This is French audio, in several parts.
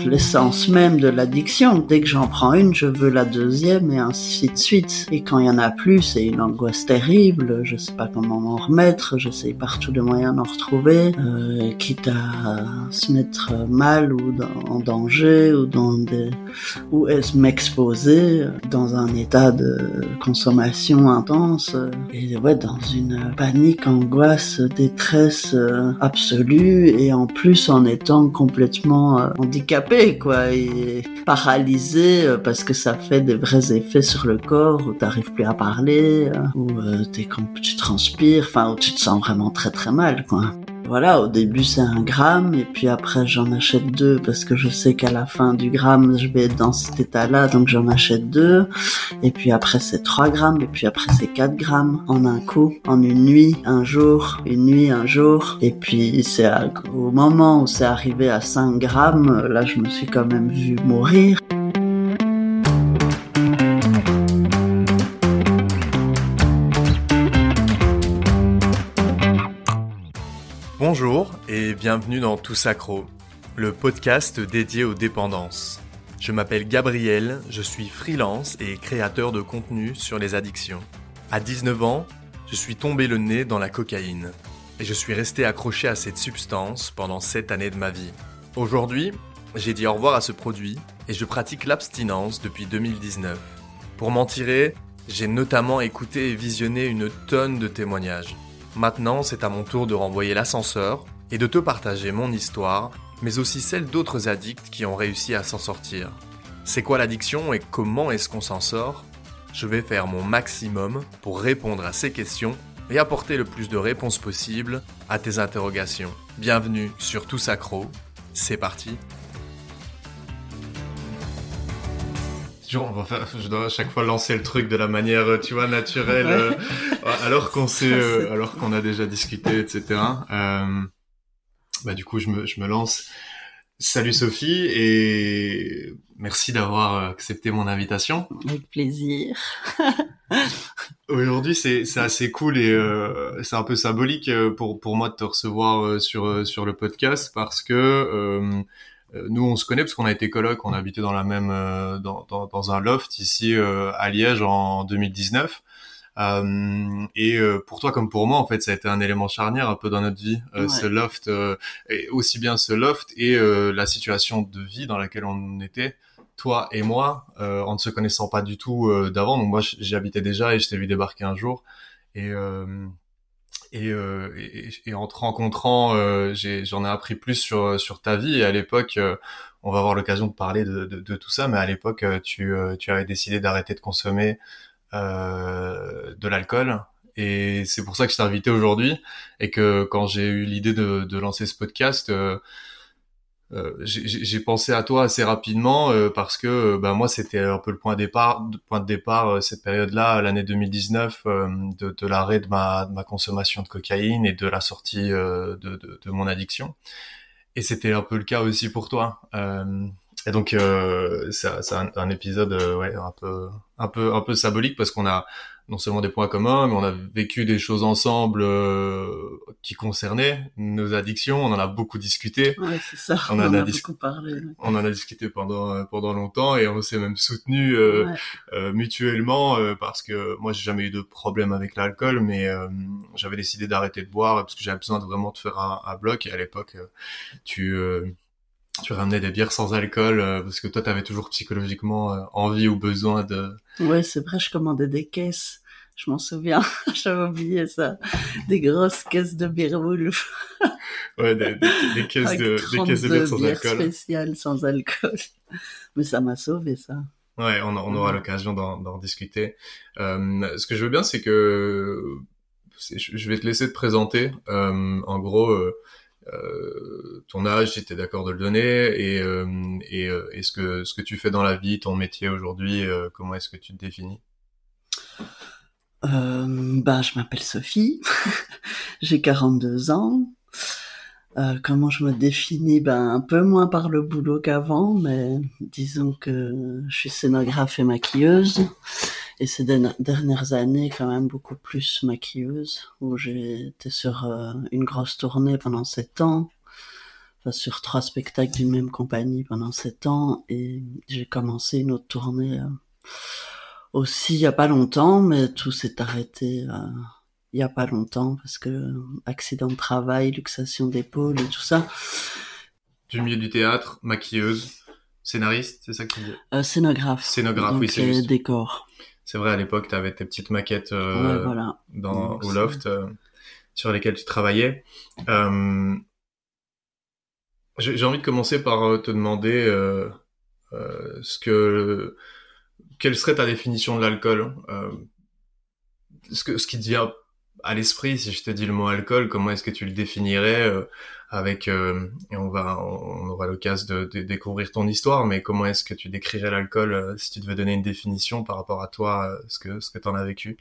l'essence même de l'addiction. Dès que j'en prends une, je veux la deuxième et ainsi de suite. Et quand il y en a plus, c'est une angoisse terrible. Je sais pas comment m'en remettre. J'essaye par tous les moyens d'en retrouver, quitte à se mettre mal ou en danger ou m'exposer dans un état de consommation intense. Et ouais, dans une panique, angoisse, détresse absolue, et en plus en étant complètement handicapé, quoi, et paralysé parce que ça fait des vrais effets sur le corps, où t'arrives plus à parler, où tu transpires, enfin où tu te sens vraiment très très mal, quoi. Voilà, au début c'est 1 gramme, et puis après j'en achète 2 parce que je sais qu'à la fin du gramme je vais être dans cet état-là, donc j'en achète 2, et puis après c'est 3 grammes, et puis après c'est 4 grammes en un coup, en une nuit, un jour, et puis c'est au moment où c'est arrivé à 5 grammes, là je me suis quand même vue mourir. Bonjour et bienvenue dans Tous Accro, le podcast dédié aux dépendances. Je m'appelle Gabriel, je suis freelance et créateur de contenu sur les addictions. À 19 ans, je suis tombé le nez dans la cocaïne et je suis resté accroché à cette substance pendant 7 années de ma vie. Aujourd'hui, j'ai dit au revoir à ce produit et je pratique l'abstinence depuis 2019. Pour m'en tirer, j'ai notamment écouté et visionné une tonne de témoignages. Maintenant, c'est à mon tour de renvoyer l'ascenseur et de te partager mon histoire, mais aussi celle d'autres addicts qui ont réussi à s'en sortir. C'est quoi l'addiction et comment est-ce qu'on s'en sort ? Je vais faire mon maximum pour répondre à ces questions et apporter le plus de réponses possibles à tes interrogations. Bienvenue sur Tous Accro, c'est parti. Je dois à chaque fois lancer le truc de la manière, tu vois, naturelle, ouais. alors qu'on a déjà discuté, etc. Du coup, je me lance. Salut Sophie, et merci d'avoir accepté mon invitation. Avec plaisir. Aujourd'hui, c'est assez cool et c'est un peu symbolique pour moi de te recevoir sur le podcast parce que nous, on se connaît parce qu'on a été coloc, on a habité dans la même dans un loft ici à Liège en 2019. Pour toi comme pour moi, en fait, ça a été un élément charnière un peu dans notre vie, ouais. Ce loft, et aussi bien ce loft et la situation de vie dans laquelle on était, toi et moi, en ne se connaissant pas du tout d'avant. Donc moi, j'y habitais déjà et je t'ai vu débarquer un jour. Et en te rencontrant, j'en ai appris plus sur ta vie. Et à l'époque, on va avoir l'occasion de parler de tout ça. Mais à l'époque, tu avais décidé d'arrêter de consommer de l'alcool. Et c'est pour ça que je t'ai invité aujourd'hui. Et que quand j'ai eu l'idée de lancer ce podcast, j'ai pensé à toi assez rapidement parce que moi c'était un peu le point de départ cette période-là, l'année 2019, de l'arrêt de ma consommation de cocaïne et de la sortie de mon addiction. Et c'était un peu le cas aussi pour toi. Et donc c'est un épisode un peu symbolique parce qu'on a non seulement des points communs, mais on a vécu des choses ensemble qui concernaient nos addictions. On en a beaucoup discuté. Ouais, c'est ça. On en a beaucoup parlé. Ouais. On en a discuté pendant longtemps et on s'est même soutenus mutuellement parce que moi j'ai jamais eu de problème avec l'alcool, mais j'avais décidé d'arrêter de boire parce que j'avais besoin de vraiment de faire un bloc. Et à l'époque, tu ramenais des bières sans alcool parce que toi t'avais toujours psychologiquement envie ou besoin de... Ouais, c'est vrai, je commandais des caisses, je m'en souviens, j'avais oublié ça, des grosses caisses de bière Wolf. Ouais, des caisses de bière sans alcool. Spéciales sans alcool. Mais ça m'a sauvé, ça. Ouais, on aura l'occasion d'en discuter. Ce que je veux bien, c'est que je vais te laisser te présenter. En gros, ton âge, si t'es d'accord de le donner, et ce que tu fais dans la vie, ton métier aujourd'hui, comment est-ce que tu te définis? Je m'appelle Sophie, j'ai 42 ans. Comment je me définis? Un peu moins par le boulot qu'avant, mais disons que je suis scénographe et maquilleuse. Et ces dernières années, quand même beaucoup plus maquilleuse, où j'ai été sur une grosse tournée pendant 7 ans. sur 3 spectacles d'une même compagnie pendant 7 ans, et j'ai commencé une autre tournée aussi il y a pas longtemps, mais tout s'est arrêté il y a pas longtemps parce que accident de travail, luxation d'épaule et tout ça. Du milieu du théâtre, maquilleuse, scénariste, c'est ça que tu dis? Scénographe. Scénographe, donc oui, c'est les juste. décors. C'est vrai, à l'époque, tu avais tes petites maquettes Ouais, voilà. Donc, au loft sur lesquelles tu travaillais. J'ai envie de commencer par te demander quelle serait ta définition de l'alcool, ce qui te vient à l'esprit si je te dis le mot alcool, comment est-ce que tu le définirais et on aura l'occasion de découvrir ton histoire, mais comment est-ce que tu décrirais l'alcool si tu devais donner une définition par rapport à toi, ce que t'en as vécu?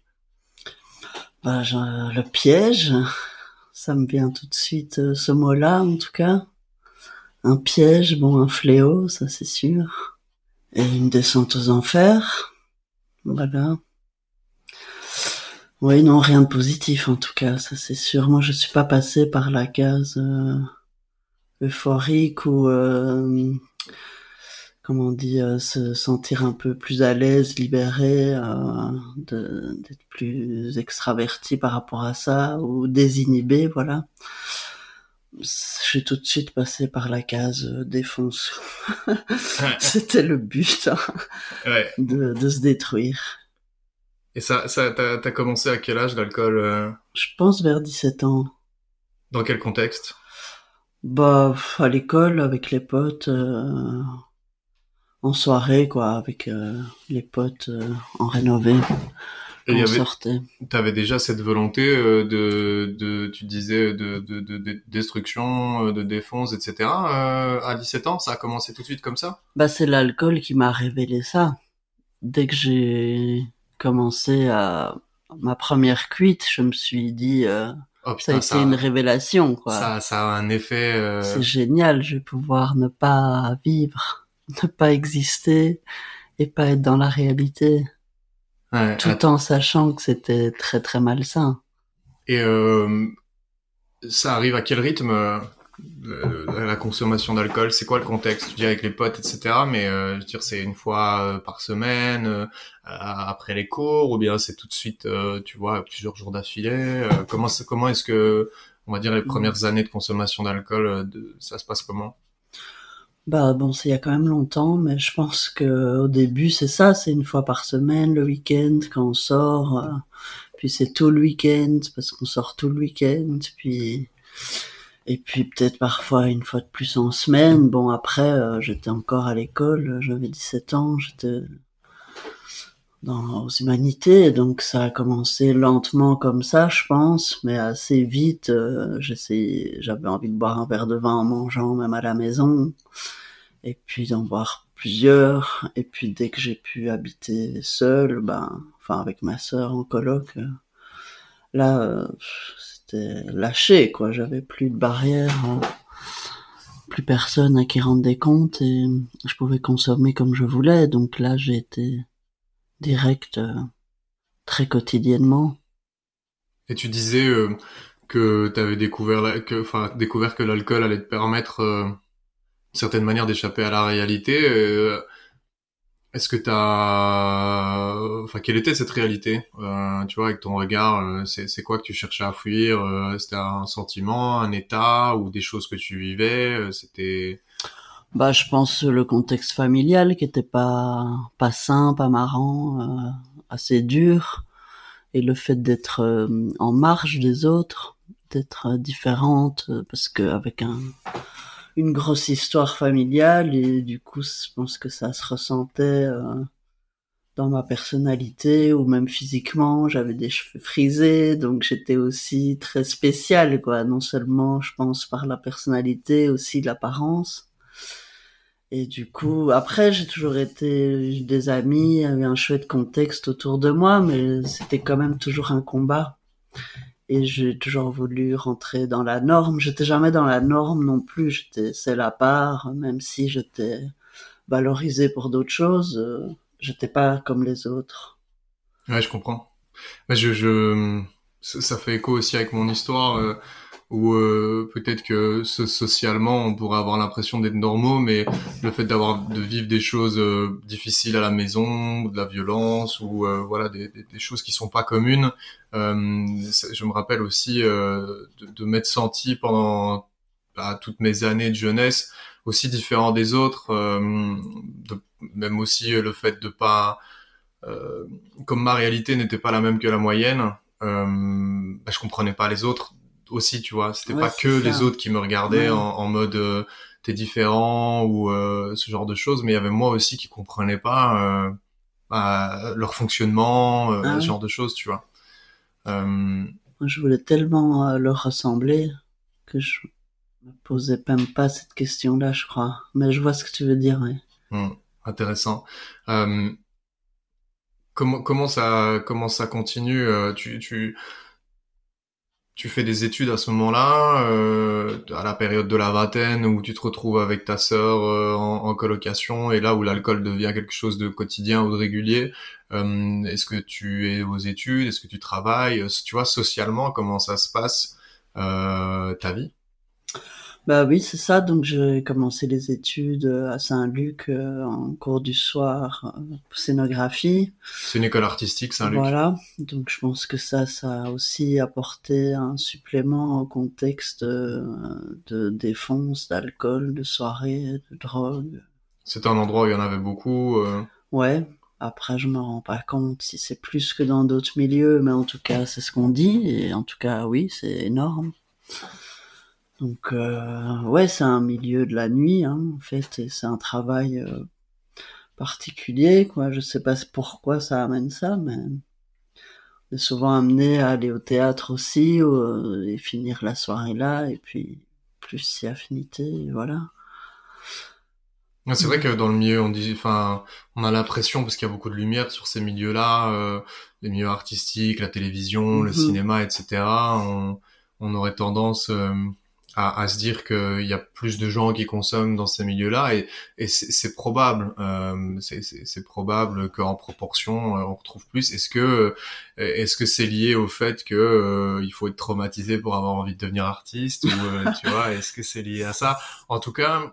Le piège, ça me vient tout de suite, ce mot-là en tout cas. Un piège, bon, un fléau, ça c'est sûr. Et une descente aux enfers. Voilà. Oui, non, rien de positif en tout cas, ça c'est sûr. Moi je suis pas passée par la case euphorique ou comment on dit, se sentir un peu plus à l'aise, libéré, d'être plus extraverti par rapport à ça, ou désinhibé, voilà. J'ai tout de suite passé par la case défonce. C'était le but, hein, Ouais. de se détruire. Et t'as commencé à quel âge l'alcool Je pense vers 17 ans. Dans quel contexte? Bah, à l'école, avec les potes, en soirée, quoi, avec les potes en rénové, Et quand on sortait. t'avais déjà cette volonté tu disais, de destruction, de défonce, etc. À 17 ans, ça a commencé tout de suite comme ça? Bah, c'est l'alcool qui m'a révélé ça. Dès que j'ai commencé à ma première cuite, je me suis dit, Oh ça a putain, été une révélation, quoi. ça a un effet. C'est génial, je vais pouvoir ne pas vivre, ne pas exister et pas être dans la réalité, Ouais, tout en sachant que c'était très très malsain. et ça arrive à quel rythme la consommation d'alcool? C'est quoi le contexte? Tu dis avec les potes, etc. Mais je veux dire, c'est une fois par semaine, après les cours, ou bien c'est tout de suite, tu vois, plusieurs jours d'affilée. Comment est-ce que, on va dire, les premières années de consommation d'alcool, ça se passe comment? Bah bon, c'est il y a quand même longtemps, mais je pense que au début c'est ça, c'est une fois par semaine, le week-end quand on sort, puis c'est tout le week-end parce qu'on sort tout le week-end, puis et puis peut-être parfois une fois de plus en semaine. Bon après, j'étais encore à l'école, j'avais 17 ans, j'étais aux humanités, donc ça a commencé lentement comme ça, je pense, mais assez vite, j'avais envie de boire un verre de vin en mangeant, même à la maison, et puis d'en boire plusieurs, et puis dès que j'ai pu habiter seul, enfin avec ma sœur en coloc, là, c'était lâché, quoi, j'avais plus de barrière, plus personne à qui rendre des comptes, et je pouvais consommer comme je voulais, donc là j'ai été direct, très quotidiennement. Et tu disais que t'avais découvert que l'alcool allait te permettre d'une certaine manière d'échapper à la réalité. Est-ce que quelle était cette réalité? Tu vois, avec ton regard, c'est quoi que tu cherchais à fuir? C'était un sentiment, un état ou des choses que tu vivais? C'était. Bah, je pense le contexte familial qui était pas sain, pas marrant, assez dur, et le fait d'être en marge des autres, d'être différente, parce que avec une grosse histoire familiale, et du coup, je pense que ça se ressentait dans ma personnalité ou même physiquement. J'avais des cheveux frisés, donc j'étais aussi très spéciale, quoi. Non seulement, je pense, par la personnalité, aussi l'apparence. Et du coup, après, j'ai toujours j'ai des amis, il y avait un chouette contexte autour de moi, mais c'était quand même toujours un combat. Et j'ai toujours voulu rentrer dans la norme. J'étais jamais dans la norme non plus. J'étais celle à part, même si j'étais valorisée pour d'autres choses. J'étais pas comme les autres. Ouais, je comprends. Mais ça fait écho aussi avec mon histoire. ou peut-être que socialement on pourrait avoir l'impression d'être normaux, mais le fait de vivre des choses difficiles à la maison, de la violence ou voilà des choses qui sont pas communes. Je me rappelle aussi de m'être senti pendant toutes mes années de jeunesse aussi différent des autres, même aussi le fait de pas comme ma réalité n'était pas la même que la moyenne, je comprenais pas les autres aussi, tu vois. C'était pas que les autres qui me regardaient en mode t'es différent ou ce genre de choses, mais il y avait moi aussi qui comprenais pas leur fonctionnement, ce genre de choses, tu vois. Je voulais tellement leur ressembler que je me posais même pas cette question-là, je crois. Mais je vois ce que tu veux dire, oui. Intéressant. Comment ça continue? Tu fais des études à ce moment-là, à la période de la vingtaine, où tu te retrouves avec ta sœur en colocation, et là où l'alcool devient quelque chose de quotidien ou de régulier. Est-ce que tu es aux études? Est-ce que tu travailles? Tu vois, socialement, comment ça se passe ta vie? Bah oui, c'est ça. Donc j'ai commencé les études à Saint-Luc en cours du soir, scénographie. C'est une école artistique, Saint-Luc. Voilà. Donc je pense que ça a aussi apporté un supplément au contexte de défonce, d'alcool, de soirée, de drogue. C'était un endroit où il y en avait beaucoup. Ouais. Après, je me rends pas compte si c'est plus que dans d'autres milieux, mais en tout cas, c'est ce qu'on dit. Et en tout cas, oui, c'est énorme. Donc ouais, c'est un milieu de la nuit, hein, en fait, et c'est un travail particulier, quoi. Je sais pas pourquoi ça amène ça, mais on est souvent amené à aller au théâtre aussi et finir la soirée là, et puis plus si affinité, voilà. C'est vrai que dans le milieu, on a l'impression, parce qu'il y a beaucoup de lumière sur ces milieux-là, les milieux artistiques, la télévision, le cinéma, etc. On aurait tendance à se dire qu'il y a plus de gens qui consomment dans ces milieux-là, et c'est probable. C'est probable qu'en proportion, on retrouve plus. Est-ce que c'est lié au fait que il faut être traumatisé pour avoir envie de devenir artiste, ou tu vois, est-ce que c'est lié à ça? En tout cas.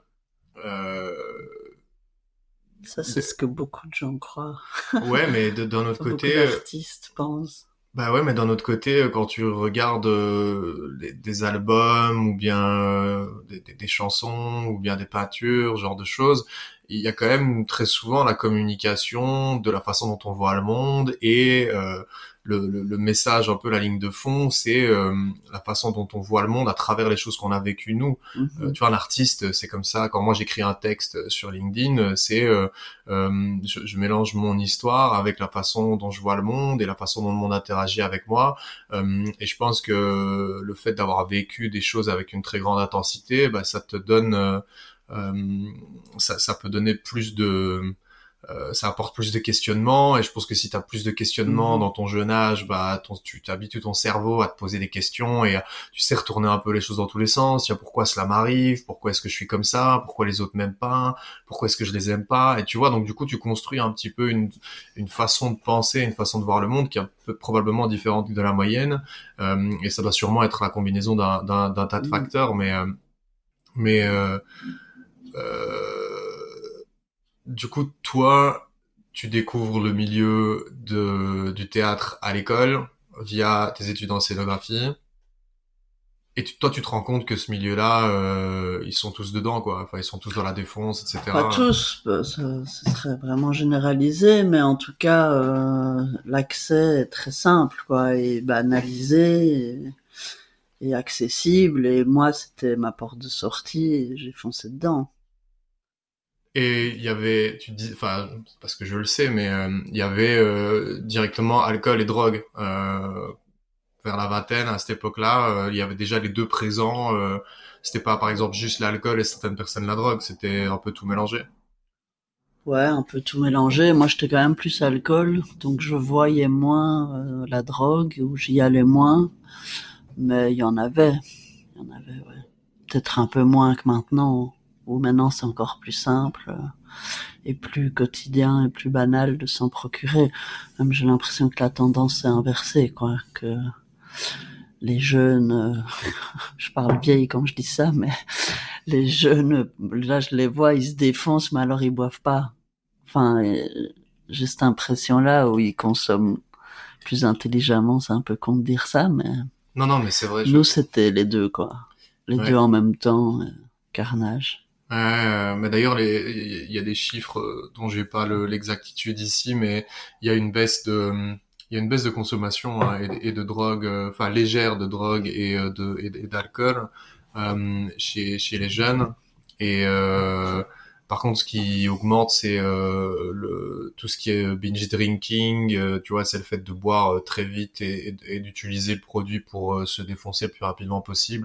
Ça, c'est ce que beaucoup de gens croient. Ouais, mais d'un autre côté, beaucoup d'artistes pensent. Bah ouais, mais d'un autre côté, quand tu regardes des albums ou bien des chansons ou bien des peintures, ce genre de choses, il y a quand même très souvent la communication de la façon dont on voit le monde, et le message, un peu la ligne de fond, c'est la façon dont on voit le monde à travers les choses qu'on a vécues nous. Tu vois, un artiste, c'est comme ça. Quand moi j'écris un texte sur LinkedIn, c'est je mélange mon histoire avec la façon dont je vois le monde et la façon dont le monde interagit avec moi. Et je pense que le fait d'avoir vécu des choses avec une très grande intensité, bah, ça te donne, ça peut donner plus de, ça apporte plus de questionnements, et je pense que si tu as plus de questionnements dans ton jeune âge, bah tu t'habitues ton cerveau à te poser des questions, et tu sais retourner un peu les choses dans tous les sens. Tiens, pourquoi cela m'arrive? Pourquoi est-ce que je suis comme ça? Pourquoi les autres m'aiment pas? Pourquoi est-ce que je les aime pas? Et tu vois, donc du coup tu construis un petit peu une façon de penser, une façon de voir le monde qui est un peu probablement différente de la moyenne, et ça doit sûrement être la combinaison d'un tas de facteurs, mais du coup, toi, tu découvres le milieu du théâtre à l'école via tes études en scénographie. Et toi, tu te rends compte que ce milieu-là, ils sont tous dedans, quoi. Enfin, ils sont tous dans la défonce, etc. Pas tous, ce serait vraiment généralisé, mais en tout cas, l'accès est très simple, quoi, et banalisé, et accessible. Et moi, c'était ma porte de sortie, et j'ai foncé dedans. Et il y avait, tu dis, enfin, parce que je le sais, mais il y avait directement alcool et drogue. Vers la vingtaine, à cette époque-là, il y avait déjà les deux présents. C'était pas, par exemple, juste l'alcool et certaines personnes la drogue. C'était un peu tout mélangé. Ouais, un peu tout mélangé. Moi, j'étais quand même plus alcool, donc je voyais moins la drogue, ou j'y allais moins. Mais il y en avait, ouais. Peut-être un peu moins que maintenant, où maintenant c'est encore plus simple et plus quotidien et plus banal de s'en procurer. Même j'ai l'impression que la tendance est inversée, quoi, que les jeunes, je parle vieille quand je dis ça, mais les jeunes, là je les vois, ils se défoncent, mais alors ils boivent pas. Enfin, j'ai cette impression-là où ils consomment plus intelligemment, c'est un peu con de dire ça, mais Non, mais c'est vrai. nous c'était les deux, quoi. Les deux Ouais. en même temps, carnage. Mais d'ailleurs, il y a des chiffres dont j'ai pas l'exactitude ici, mais il y a une baisse il y a une baisse de consommation hein, et de drogue, enfin légère de drogue et d'alcool chez les jeunes. Et par contre, ce qui augmente, c'est tout ce qui est binge drinking. Tu vois, c'est le fait de boire très vite et d'utiliser le produit pour se défoncer le plus rapidement possible.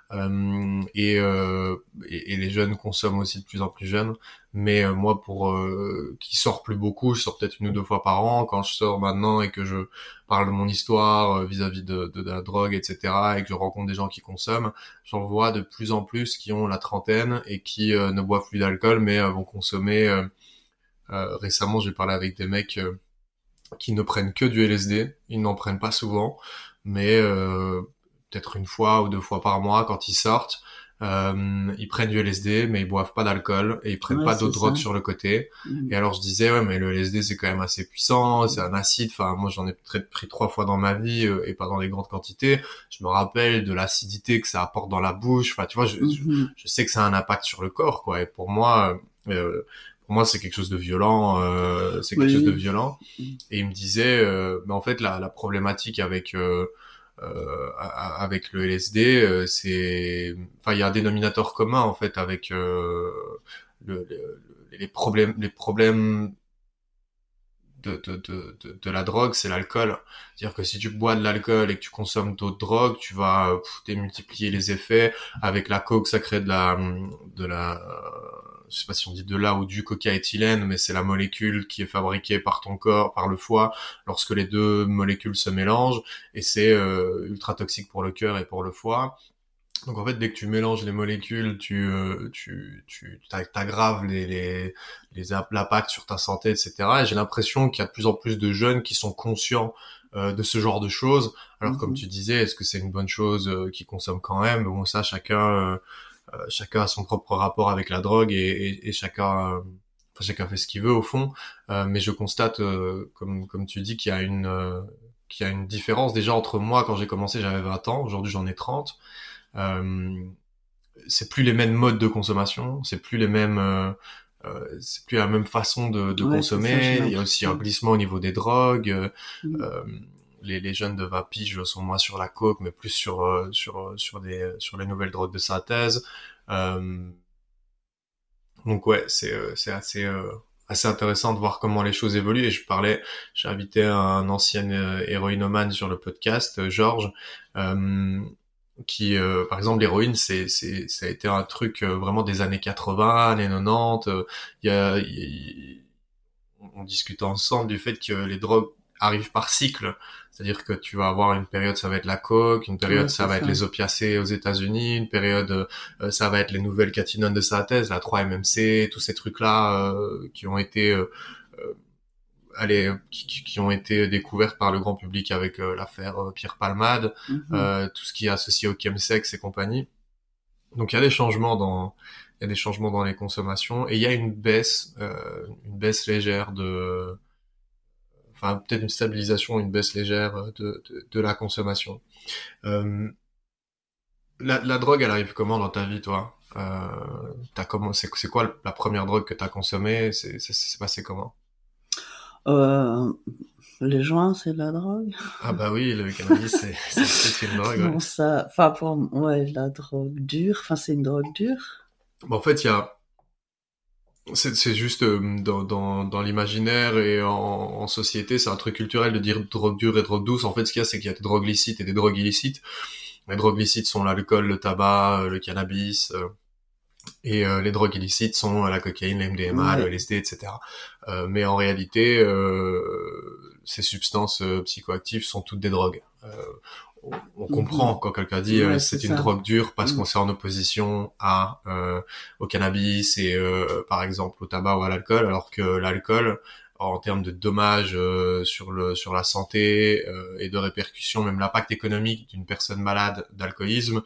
Et les jeunes consomment aussi de plus en plus jeunes. Mais moi, pour qui sort plus beaucoup, je sors peut-être 1 ou 2 fois par an. Quand je sors maintenant et que je parle de mon histoire vis-à-vis de la drogue, etc., et que je rencontre des gens qui consomment, j'en vois de plus en plus qui ont la trentaine et qui ne boivent plus d'alcool, mais vont consommer. Récemment, j'ai parlé avec des mecs qui ne prennent que du LSD. Ils n'en prennent pas souvent, mais peut-être 1 fois ou 2 fois par mois quand ils sortent. Ils prennent du LSD, mais ils boivent pas d'alcool et ils prennent pas d'autres drogues sur le côté. Et alors je disais, ouais, mais le LSD c'est quand même assez puissant, c'est un acide. Enfin, moi j'en ai peut-être pris 3 fois dans ma vie et pas dans des grandes quantités. Je me rappelle de l'acidité que ça apporte dans la bouche. Enfin, tu vois, je sais que ça a un impact sur le corps, quoi. Et pour moi, c'est quelque chose de violent. C'est quelque chose de violent. Et il me disait, mais en fait, la problématique avec avec le LSD, c'est, enfin, il y a un dénominateur commun en fait avec les problèmes de la drogue, c'est l'alcool. C'est-à-dire que si tu bois de l'alcool et que tu consommes d'autres drogues, tu vas démultiplier les effets. Avec la coke, ça crée de la, je sais pas si on dit de la ou du cocaéthylène, mais c'est la molécule qui est fabriquée par ton corps, par le foie, lorsque les deux molécules se mélangent, et c'est ultra toxique pour le cœur et pour le foie. Donc en fait, dès que tu mélanges les molécules, t'aggraves l'impact sur ta santé, etc. Et j'ai l'impression qu'il y a de plus en plus de jeunes qui sont conscients de ce genre de choses. Alors comme tu disais, est-ce que c'est une bonne chose qu'ils consomment quand même? Bon, ça, chacun a son propre rapport avec la drogue et chacun fait ce qu'il veut au fond. Mais je constate, comme tu dis, qu'il y a une différence déjà entre moi quand j'ai commencé, j'avais 20 ans, aujourd'hui j'en ai 30. C'est plus les mêmes modes de consommation, c'est plus c'est plus la même façon de consommer. Il y a aussi un glissement au niveau des drogues. Les jeunes de 20 piges sont moins sur la coke, mais plus sur les nouvelles drogues de synthèse. Donc ouais, c'est assez intéressant de voir comment les choses évoluent. Et j'ai invité un ancien héroïnomane sur le podcast, Georges, qui par exemple l'héroïne ça a été un truc vraiment des années 80, années 90. On discute ensemble du fait que les drogues arrivent par cycle, c'est-à-dire que tu vas avoir une période ça va être la coke, une période ça va être les opiacés aux États-Unis, une période ça va être les nouvelles catinones de synthèse, la 3-MMC, tous ces trucs là qui ont été qui ont été découvertes par le grand public avec l'affaire Pierre Palmade, tout ce qui est associé au chemsex et compagnie. Donc il y a des changements dans les consommations et il y a une baisse légère enfin peut-être une stabilisation, une baisse légère de la consommation. La drogue, elle arrive comment dans ta vie, toi? C'est quoi la première drogue que t'as consommée? C'est passé comment? Les joints, c'est de la drogue? Ah bah oui, le cannabis, c'est une drogue, ouais. Non, ça, enfin, la drogue dure, enfin, c'est une drogue dure. Bah, en fait, c'est juste dans l'imaginaire et en société, c'est un truc culturel de dire drogue dure et drogue douce. En fait, ce qu'il y a, c'est qu'il y a des drogues licites et des drogues illicites. Les drogues licites sont l'alcool, le tabac, le cannabis, et les drogues illicites sont la cocaïne, la MDMA, le LSD, etc. Mais en réalité, ces substances psychoactives sont toutes des drogues. On comprend quand quelqu'un dit c'est une drogue dure parce qu'on c'est en opposition au cannabis et par exemple au tabac ou à l'alcool, alors que l'alcool, en termes de dommages sur la santé et de répercussions, même l'impact économique d'une personne malade d'alcoolisme.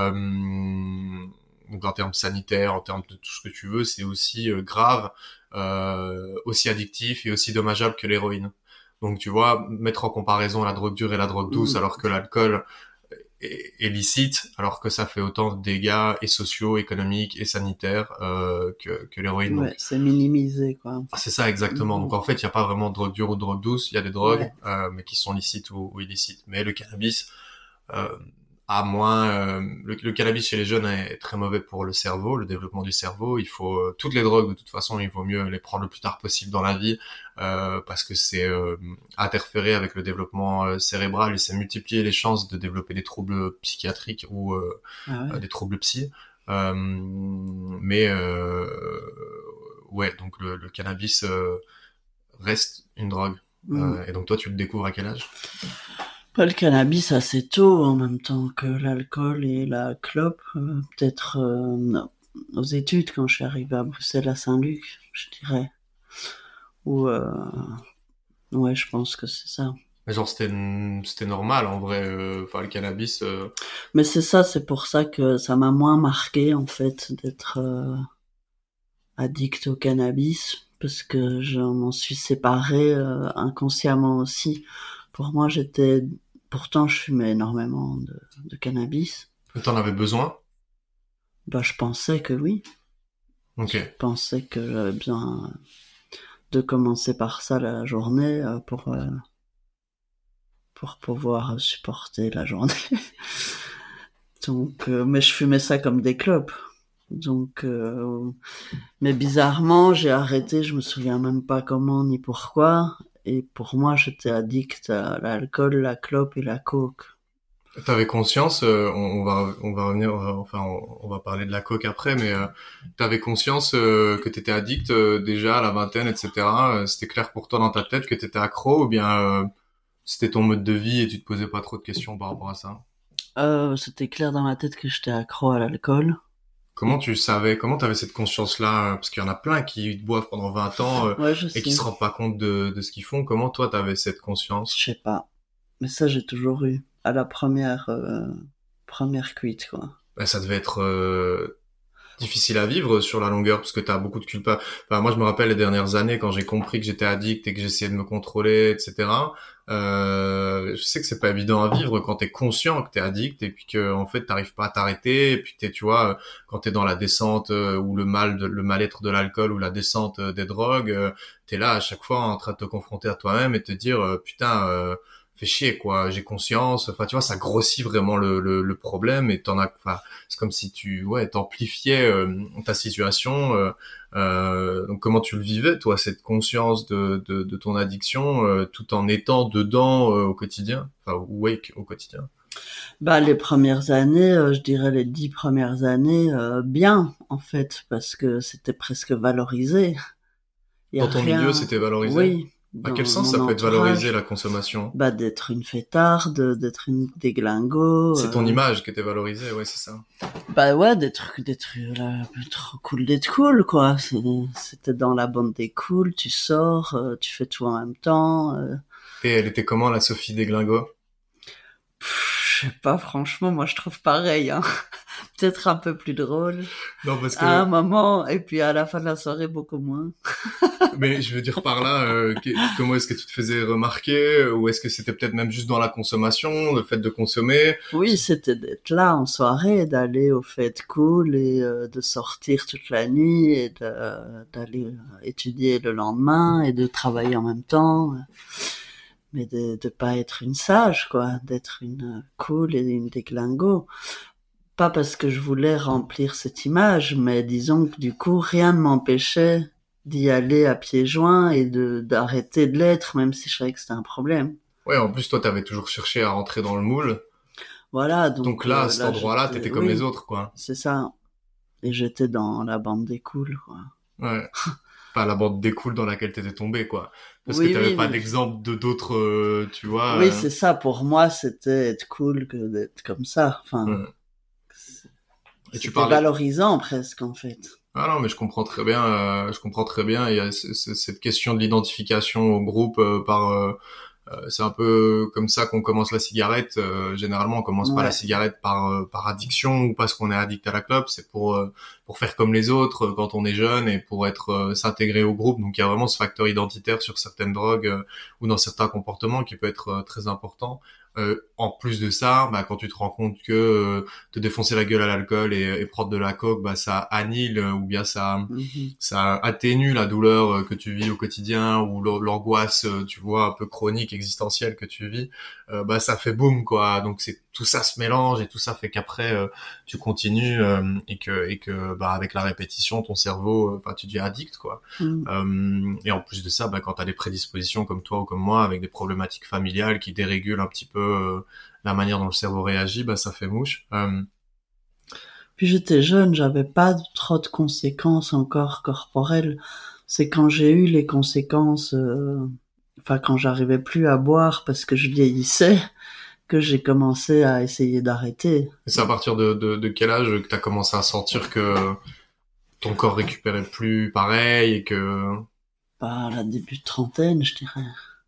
Donc en termes sanitaires, en termes de tout ce que tu veux, c'est aussi grave, aussi addictif et aussi dommageable que l'héroïne. Donc tu vois, mettre en comparaison la drogue dure et la drogue douce, alors que l'alcool est licite, alors que ça fait autant de dégâts et sociaux, économiques et sanitaires que l'héroïne. Ouais, Donc, c'est minimisé, quoi. c'est ça exactement. Donc en fait, il n'y a pas vraiment de drogue dure ou de drogue douce. Il y a des drogues, Ouais. mais qui sont licites ou illicites. Mais le cannabis euh, a moins. Le cannabis chez les jeunes est très mauvais pour le cerveau, le développement du cerveau. Il faut toutes les drogues de toute façon, il vaut mieux les prendre le plus tard possible dans la vie parce que c'est interférer avec le développement cérébral et c'est multiplier les chances de développer des troubles psychiatriques ou Ah ouais. des troubles psy. Mais ouais, donc le cannabis reste une drogue. Mm. Et donc toi, tu le découvres à quel âge? Pas le cannabis assez tôt, en même temps que l'alcool et la clope. Peut-être aux études, quand je suis arrivée à Bruxelles, à Saint-Luc, je dirais. Ou ouais, je pense que c'est ça. Mais genre c'était normal en vrai. Enfin le cannabis. Mais c'est ça, c'est pour ça que ça m'a moins marqué, en fait, d'être addict au cannabis, parce que je m'en suis séparée inconsciemment aussi. Pour moi, pourtant, je fumais énormément de cannabis. T'en avais besoin? Bah, je pensais que oui. Ok. Je pensais que j'avais besoin de commencer par ça la journée pour pouvoir supporter la journée. Donc, mais je fumais ça comme des clopes. Donc, mais bizarrement, j'ai arrêté, je me souviens même pas comment ni pourquoi. Et pour moi, j'étais addict à l'alcool, la clope et la coke. T'avais conscience, on va revenir, enfin, on va parler de la coke après, mais t'avais conscience que t'étais addict déjà à la vingtaine, etc. C'était clair pour toi dans ta tête que t'étais accro ou bien c'était ton mode de vie et tu te posais pas trop de questions par rapport à ça? C'était clair dans ma tête que j'étais accro à l'alcool. Comment tu savais, comment t'avais cette conscience-là? Parce qu'il y en a plein qui boivent pendant 20 ans Ouais, je et qui sais. se rendent pas compte de ce qu'ils font. Comment toi t'avais cette conscience? Je sais pas. Mais ça, j'ai toujours eu. À la première cuite, quoi. Ben, ça devait être difficile à vivre sur la longueur parce que t'as beaucoup de culpa. Enfin, moi, je me rappelle les dernières années quand j'ai compris que j'étais addict et que j'essayais de me contrôler, etc. Je sais que c'est pas évident à vivre quand t'es conscient que t'es addict et puis que en fait t'arrives pas à t'arrêter et puis que t'es, tu vois, quand t'es dans la descente ou le mal-être de l'alcool ou la descente des drogues, t'es là à chaque fois en train de te confronter à toi-même et te dire putain. Fais chier quoi, j'ai conscience, enfin tu vois ça grossit vraiment le problème et enfin c'est comme si t'amplifiais ta situation. Donc comment tu le vivais, toi, cette conscience de ton addiction, tout en étant dedans au quotidien, enfin awake au quotidien. Bah, les premières années, je dirais les 10 premières années, bien, en fait, parce que c'était presque valorisé. Il y a Dans ton milieu, rien, c'était valorisé? oui, À dans quel sens mon ça peut être valorisé la entourage. consommation? Bah, d'être une fêtarde, d'être une déglingo, C'est ton image qui était valorisée, ouais, c'est ça. bah ouais, d'être cool, d'être cool, quoi. C'était dans la bande des cools, tu sors, tu fais tout en même temps. Et elle était comment la Sophie Desglingot? Je sais pas, franchement, moi je trouve pareil, hein. Peut-être un peu plus drôle Non, parce à un que moment, et puis à la fin de la soirée, beaucoup moins. mais je veux dire par là, comment est-ce que tu te faisais remarquer, ou est-ce que c'était peut-être même juste dans la consommation, le fait de consommer? Oui, c'était d'être là en soirée, d'aller aux fêtes cool et de sortir toute la nuit et d'aller étudier le lendemain et de travailler en même temps. Mais de pas être une sage, quoi, d'être une cool et une déglingo. Pas parce que je voulais remplir cette image, mais disons que du coup, rien ne m'empêchait d'y aller à pieds joints et d'arrêter de l'être, même si je savais que c'était un problème. Ouais, en plus toi t'avais toujours cherché à rentrer dans le moule, Voilà, donc donc là à cet là endroit-là j'étais, t'étais comme les oui, autres quoi. c'est ça. Et j'étais dans la bande des cools, quoi. Ouais. Pas la bande découle dans laquelle t'étais tombé quoi, parce que Oui, t'avais oui, pas mais d'exemple de d'autres, tu vois. oui, c'est ça. Pour moi, c'était être cool que d'être comme ça. Enfin, Ouais. Et tu c'était parlais. valorisant presque, en fait. Ah non, mais je comprends très bien. Il y a cette question de l'identification au groupe c'est un peu comme ça qu'on commence la cigarette. Généralement, on commence pas la Ouais. cigarette par addiction ou parce qu'on est addict à la clope. C'est pour faire comme les autres quand on est jeune et pour être s'intégrer au groupe. Donc il y a vraiment ce facteur identitaire sur certaines drogues ou dans certains comportements qui peut être très important. En plus de ça, bah, quand tu te rends compte que te défoncer la gueule à l'alcool et prendre de la coke, bah ça annule ou bien Mhm. ça atténue la douleur que tu vis au quotidien ou l'angoisse, tu vois, un peu chronique, existentielle que tu vis, bah ça fait boum quoi. Donc c'est tout ça se mélange et tout ça fait qu'après tu continues et que bah avec la répétition, ton cerveau, enfin tu deviens addict quoi. Mhm. Et en plus de ça, bah quand t'as des prédispositions comme toi ou comme moi, avec des problématiques familiales qui dérégulent un petit peu la manière dont le cerveau réagit, bah ça fait mouche. Puis j'étais jeune, j'avais pas trop de conséquences encore corporelles. C'est quand j'ai eu les conséquences, enfin quand j'arrivais plus à boire parce que je vieillissais, que j'ai commencé à essayer d'arrêter. Et c'est à partir de quel âge que t'as commencé à sentir que ton corps récupérait plus pareil et que Bah, la début de trentaine, je dirais.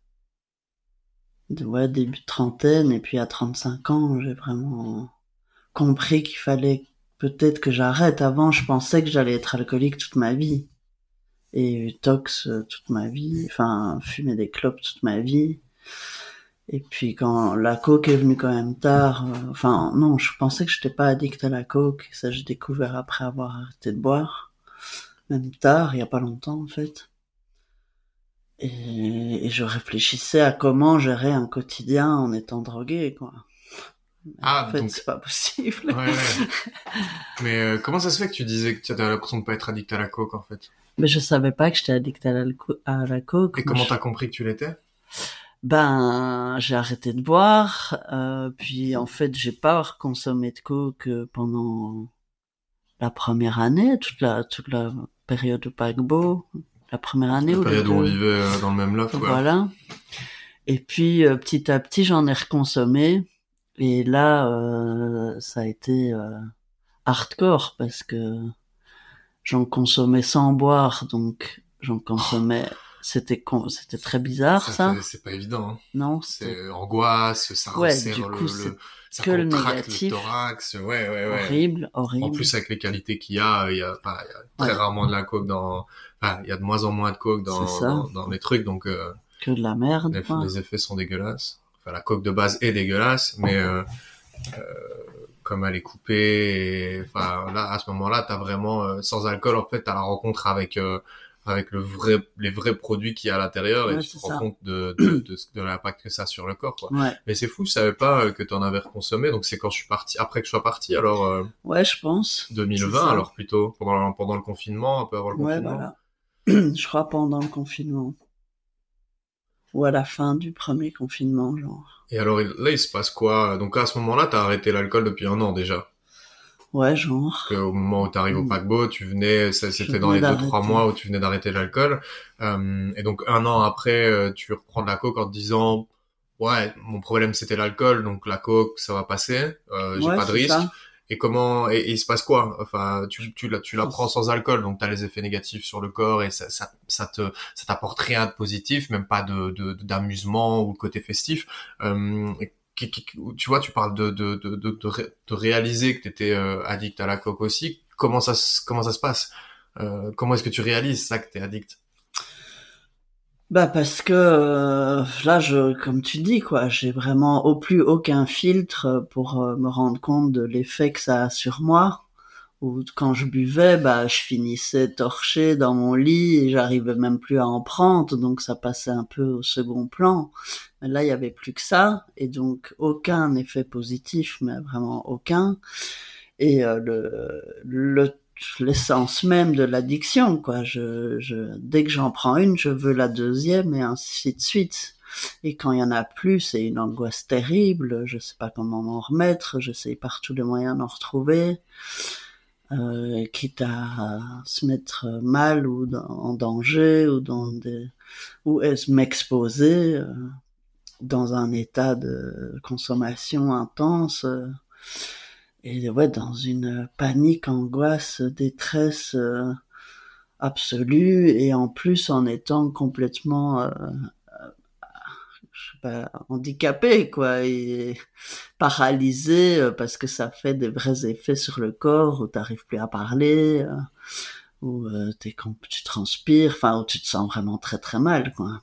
Ouais, début de trentaine, et puis à 35 ans, j'ai vraiment compris qu'il fallait peut-être que j'arrête. Avant, je pensais que j'allais être alcoolique toute ma vie. Et tox toute ma vie, enfin, fumer des clopes toute ma vie. Et puis quand la coke est venue quand même tard, enfin, non, je pensais que j'étais pas addict à la coke. Ça, j'ai découvert après avoir arrêté de boire. Même tard, il y a pas longtemps, en fait. Et je réfléchissais à comment gérer un quotidien en étant drogué, quoi. Mais en ah fait, donc c'est pas possible. ouais, ouais. Mais comment ça se fait que tu disais que tu avais l'impression de pas être addict à la coke en fait? Mais je savais pas que j'étais addict à la Et coke. Moi, comment t'as compris que tu l'étais? ben, j'ai arrêté de boire. Puis en fait, j'ai pas consommé de coke pendant la première année, toute la période de paquebot, la première année La ou les période où on deux. vivait dans le même loft, ouais. Voilà. Et puis petit à petit, j'en ai reconsommé. Et là, ça a été hardcore parce que j'en consommais sans boire, donc j'en Oh, consommais. C'était très bizarre, ça. c'est pas évident, hein. Non, c'était C'est angoisse, ça ouais. Du resserre coup, c'est ça que le contracte le négatif, thorax. Ouais, ouais, ouais. horrible, En horrible. plus, avec les qualités il y a très Ouais, rarement de la coke enfin, il y a de moins en moins de coke c'est ça, dans les trucs, donc que de la merde, quoi. les effets sont dégueulasses. Enfin, la coke de base est dégueulasse, mais comme elle est coupée, enfin là, à ce moment-là, t'as vraiment sans alcool, en fait, t'as la rencontre avec les vrais produits qu'il y a à l'intérieur et Ouais, tu te c'est rends ça. compte de l'impact que ça a sur le corps, quoi. Ouais, Mais c'est fou, je savais pas que t'en avais reconsommé, donc c'est quand je suis parti, après que je sois parti, alors ouais, je pense, c'est 2020, ça. alors plutôt pendant le confinement, un peu avant le Ouais, confinement. voilà. Je crois pendant le confinement ou à la fin du premier confinement, genre. Et alors là, il se passe quoi? Donc à ce moment-là, t'as arrêté l'alcool depuis un an déjà. Ouais, Parce genre. qu'au moment où tu arrives au paquebot, Je c'était dans venais les 2 3 mois d'arrêter. où tu venais d'arrêter l'alcool. Et donc un an après, tu reprends de la coke en te disant, ouais, mon problème c'était l'alcool, donc la coke ça va passer, j'ai Ouais, pas de c'est risque. ça. Et et il se passe quoi? Enfin, tu la prends Trans- sans alcool, donc t'as les effets négatifs sur le corps et ça t'apporte rien de positif, même pas d'amusement ou de côté festif. Et tu vois, tu parles de réaliser que tu étais addict à la coke aussi. Comment ça se passe? Comment est-ce que tu réalises ça que t'es addict? Bah parce que là, comme tu dis, quoi, j'ai vraiment au plus aucun filtre pour me rendre compte de l'effet que ça a sur moi. Ou quand je buvais, bah je finissais torché dans mon lit et j'arrivais même plus à en prendre, donc ça passait un peu au second plan. Mais là, il y avait plus que ça, et donc aucun effet positif, mais vraiment aucun. Et l'essence même de l'addiction, quoi. Dès que j'en prends une, je veux la deuxième et ainsi de suite. Et quand il y en a plus, c'est une angoisse terrible. Je sais pas comment m'en remettre. J'essaye par tous les moyens d'en retrouver, quitte à se mettre mal ou en danger ou m'exposer dans un état de consommation intense. Et ouais, dans une panique, angoisse, détresse absolue, et en plus en étant complètement je sais pas, handicapé, quoi, et paralysé, parce que ça fait des vrais effets sur le corps, où t'arrives plus à parler, où tu transpires, enfin où tu te sens vraiment très très mal, quoi.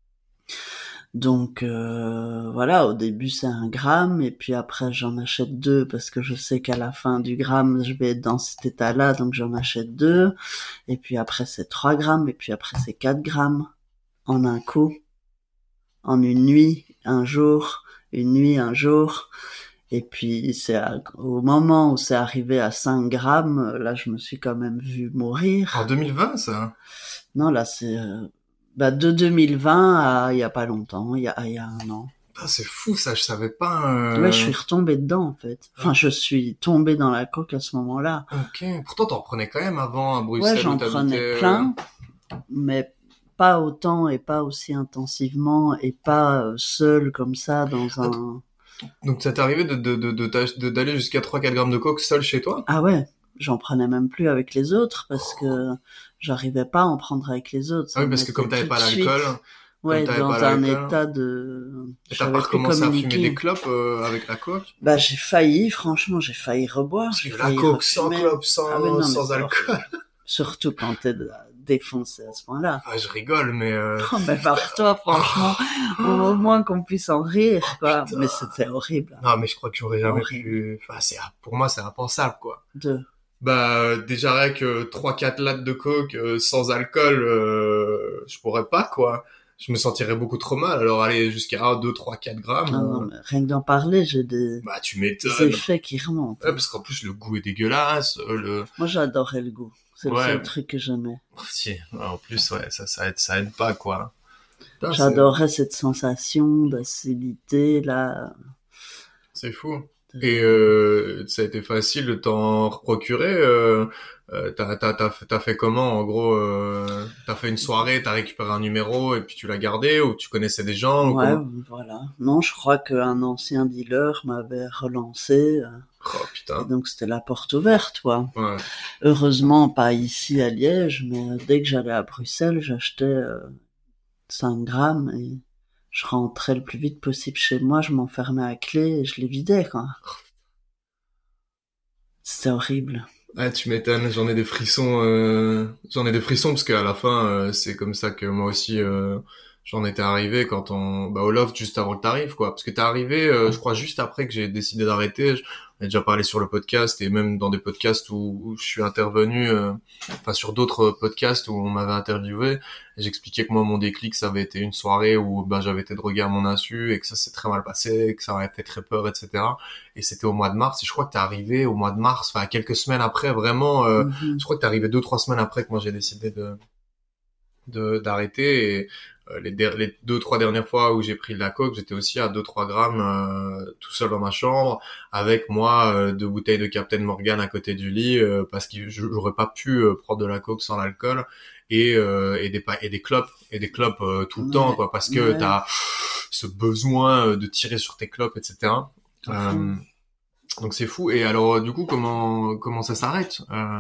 Donc voilà, au début c'est 1 gramme, et puis après j'en achète 2 parce que je sais qu'à la fin du gramme je vais être dans cet état-là, donc j'en achète 2, et puis après c'est 3 grammes, et puis après c'est 4 grammes en un coup, en une nuit, un jour, une nuit, un jour. Et puis au moment où c'est arrivé à 5 grammes, là je me suis quand même vue mourir. En 2020, ça? Non, là c'est de 2020 à il y a pas longtemps, il y a 1 an. Ah, c'est fou, ça, je savais pas. Ouais, je suis retombée dedans en fait. Enfin, je suis tombée dans la coke à ce moment-là. Ok. Pourtant, t'en prenais quand même avant à Ouais, Bruxelles où j'en t'habitais. prenais plein, mais pas autant et pas aussi intensivement et pas seule comme ça dans un... Donc, ça t'est arrivé d'aller jusqu'à 3-4 grammes de coke seul chez toi? Ah ouais, j'en prenais même plus avec les autres parce que j'arrivais pas à en prendre avec les autres. Ah oui, parce que comme t'avais pas l'alcool, Ouais, dans un état de... Et Je t'as pas savais plus recommencé à fumer des communiquer. clopes avec la coke? Bah j'ai failli, franchement, j'ai failli reboire, Parce j'ai que la failli coke sans refumer. clope, Ah mais non, mais sans c'est alcool. horrible. Surtout quand t'es défoncé à ce point-là. Ah, je rigole, mais... Oh, mais par toi, franchement, au moins qu'on puisse en rire, quoi. Putain. Mais c'était horrible. Non, mais je crois que j'aurais jamais Horrible. pu... Enfin, pour moi, c'est impensable, quoi. Deux. Bah, déjà, rien que 3-4 lattes de coke sans alcool, je pourrais pas, quoi. Je me sentirais beaucoup trop mal. Alors, aller jusqu'à 2, 3, 4 grammes... Ah non, mais rien que d'en parler, j'ai des Bah, tu m'étonnes. effets qui remontent. Ouais, parce qu'en plus, le goût est dégueulasse. Moi, j'adorais le goût. C'est le Ouais. seul truc que j'aimais. Si, en plus, ouais, ça aide pas, quoi. Putain, J'adorais cette sensation d'acidité, là. c'est fou. Et ça a été facile de t'en procurer. T'as fait comment, en gros? T'as fait une soirée, t'as récupéré un numéro et puis tu l'as gardé, ou tu connaissais des gens, ou Ouais, comment? voilà. Non, je crois qu'un ancien dealer m'avait relancé. Oh, Et putain. donc, c'était la porte ouverte, quoi. Ouais. Heureusement, pas ici à Liège, mais dès que j'allais à Bruxelles, j'achetais 5 grammes et je rentrais le plus vite possible chez moi, je m'enfermais à clé et je les vidais, quoi. C'était horrible. Ouais, tu m'étonnes, j'en ai des frissons parce qu'à la fin, c'est comme ça que moi aussi, j'en étais arrivé au loft juste avant que t'arrives, quoi. Parce que t'es arrivé, je crois juste après que j'ai décidé d'arrêter. On a déjà parlé sur le podcast et même dans des podcasts où je suis intervenu, sur d'autres podcasts où on m'avait interviewé. Et j'expliquais que moi, mon déclic, ça avait été une soirée où, j'avais été drogué à mon insu et que ça s'est très mal passé, que ça m'avait fait très peur, etc. Et c'était au mois de mars. Et je crois que t'es arrivé au mois de mars, enfin, quelques semaines après, vraiment, je crois que t'es arrivé 2-3 semaines après que moi j'ai décidé d'arrêter. Et les 2-3 dernières fois où j'ai pris de la coke, j'étais aussi à 2-3 grammes tout seul dans ma chambre avec moi 2 bouteilles de Captain Morgan à côté du lit parce que j'aurais pas pu prendre de la coke sans l'alcool et des clopes tout le temps, quoi, parce que t'as ce besoin de tirer sur tes clopes, etc. Donc c'est fou. Et alors du coup comment ça s'arrête?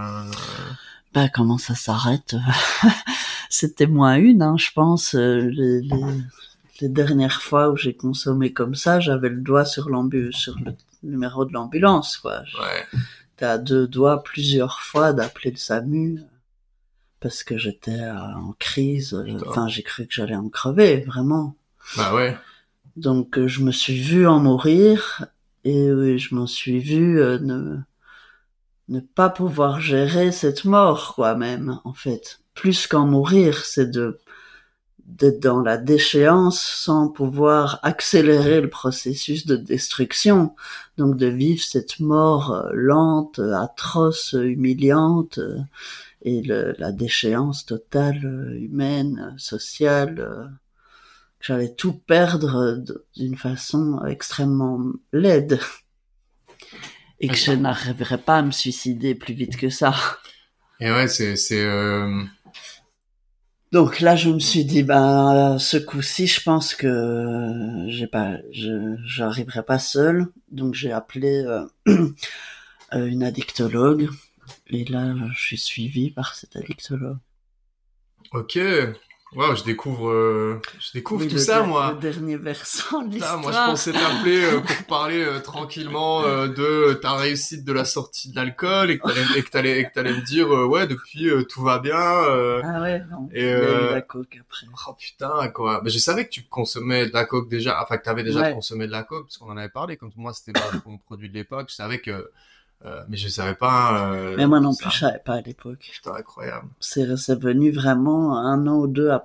Comment ça s'arrête? C'était -1, hein, je pense. Les dernières fois où j'ai consommé comme ça, j'avais le doigt sur le numéro de l'ambulance, quoi. Ouais. T'es à 2 doigts plusieurs fois d'appeler le SAMU parce que j'étais en crise. Enfin, j'ai cru que j'allais en crever, vraiment. Bah ouais. Donc je me suis vue en mourir et je m'en suis vue ne pas pouvoir gérer cette mort, quoi, même, en fait. Plus qu'en mourir, c'est d'être dans la déchéance sans pouvoir accélérer le processus de destruction. Donc de vivre cette mort lente, atroce, humiliante, et la déchéance totale, humaine, sociale, que j'allais tout perdre d'une façon extrêmement laide. Et que je n'arriverais pas à me suicider plus vite que ça. Et ouais, Donc là, je me suis dit, ce coup-ci, je pense que j'arriverai pas seule. Donc j'ai appelé une addictologue. Et là, je suis suivie par cette addictologue. Ok. Wow, je découvre Oui, tout ça, le moi. dernier versant de Putain, l'histoire. moi, je pensais t'appeler pour parler tranquillement de ta réussite de la sortie de l'alcool et que t'allais me dire ouais, depuis tout va bien. Ah ouais, non, Et il y a eu la coke après. oh putain, quoi. Mais je savais que tu consommais de la coke déjà, enfin que t'avais déjà Ouais. consommé de la coke parce qu'on en avait parlé. Comme moi, c'était mon produit de l'époque. Je savais que, mais je savais pas Mais moi tout non plus, ça. je savais pas à l'époque. Putain, incroyable. C'est venu vraiment 1 an ou 2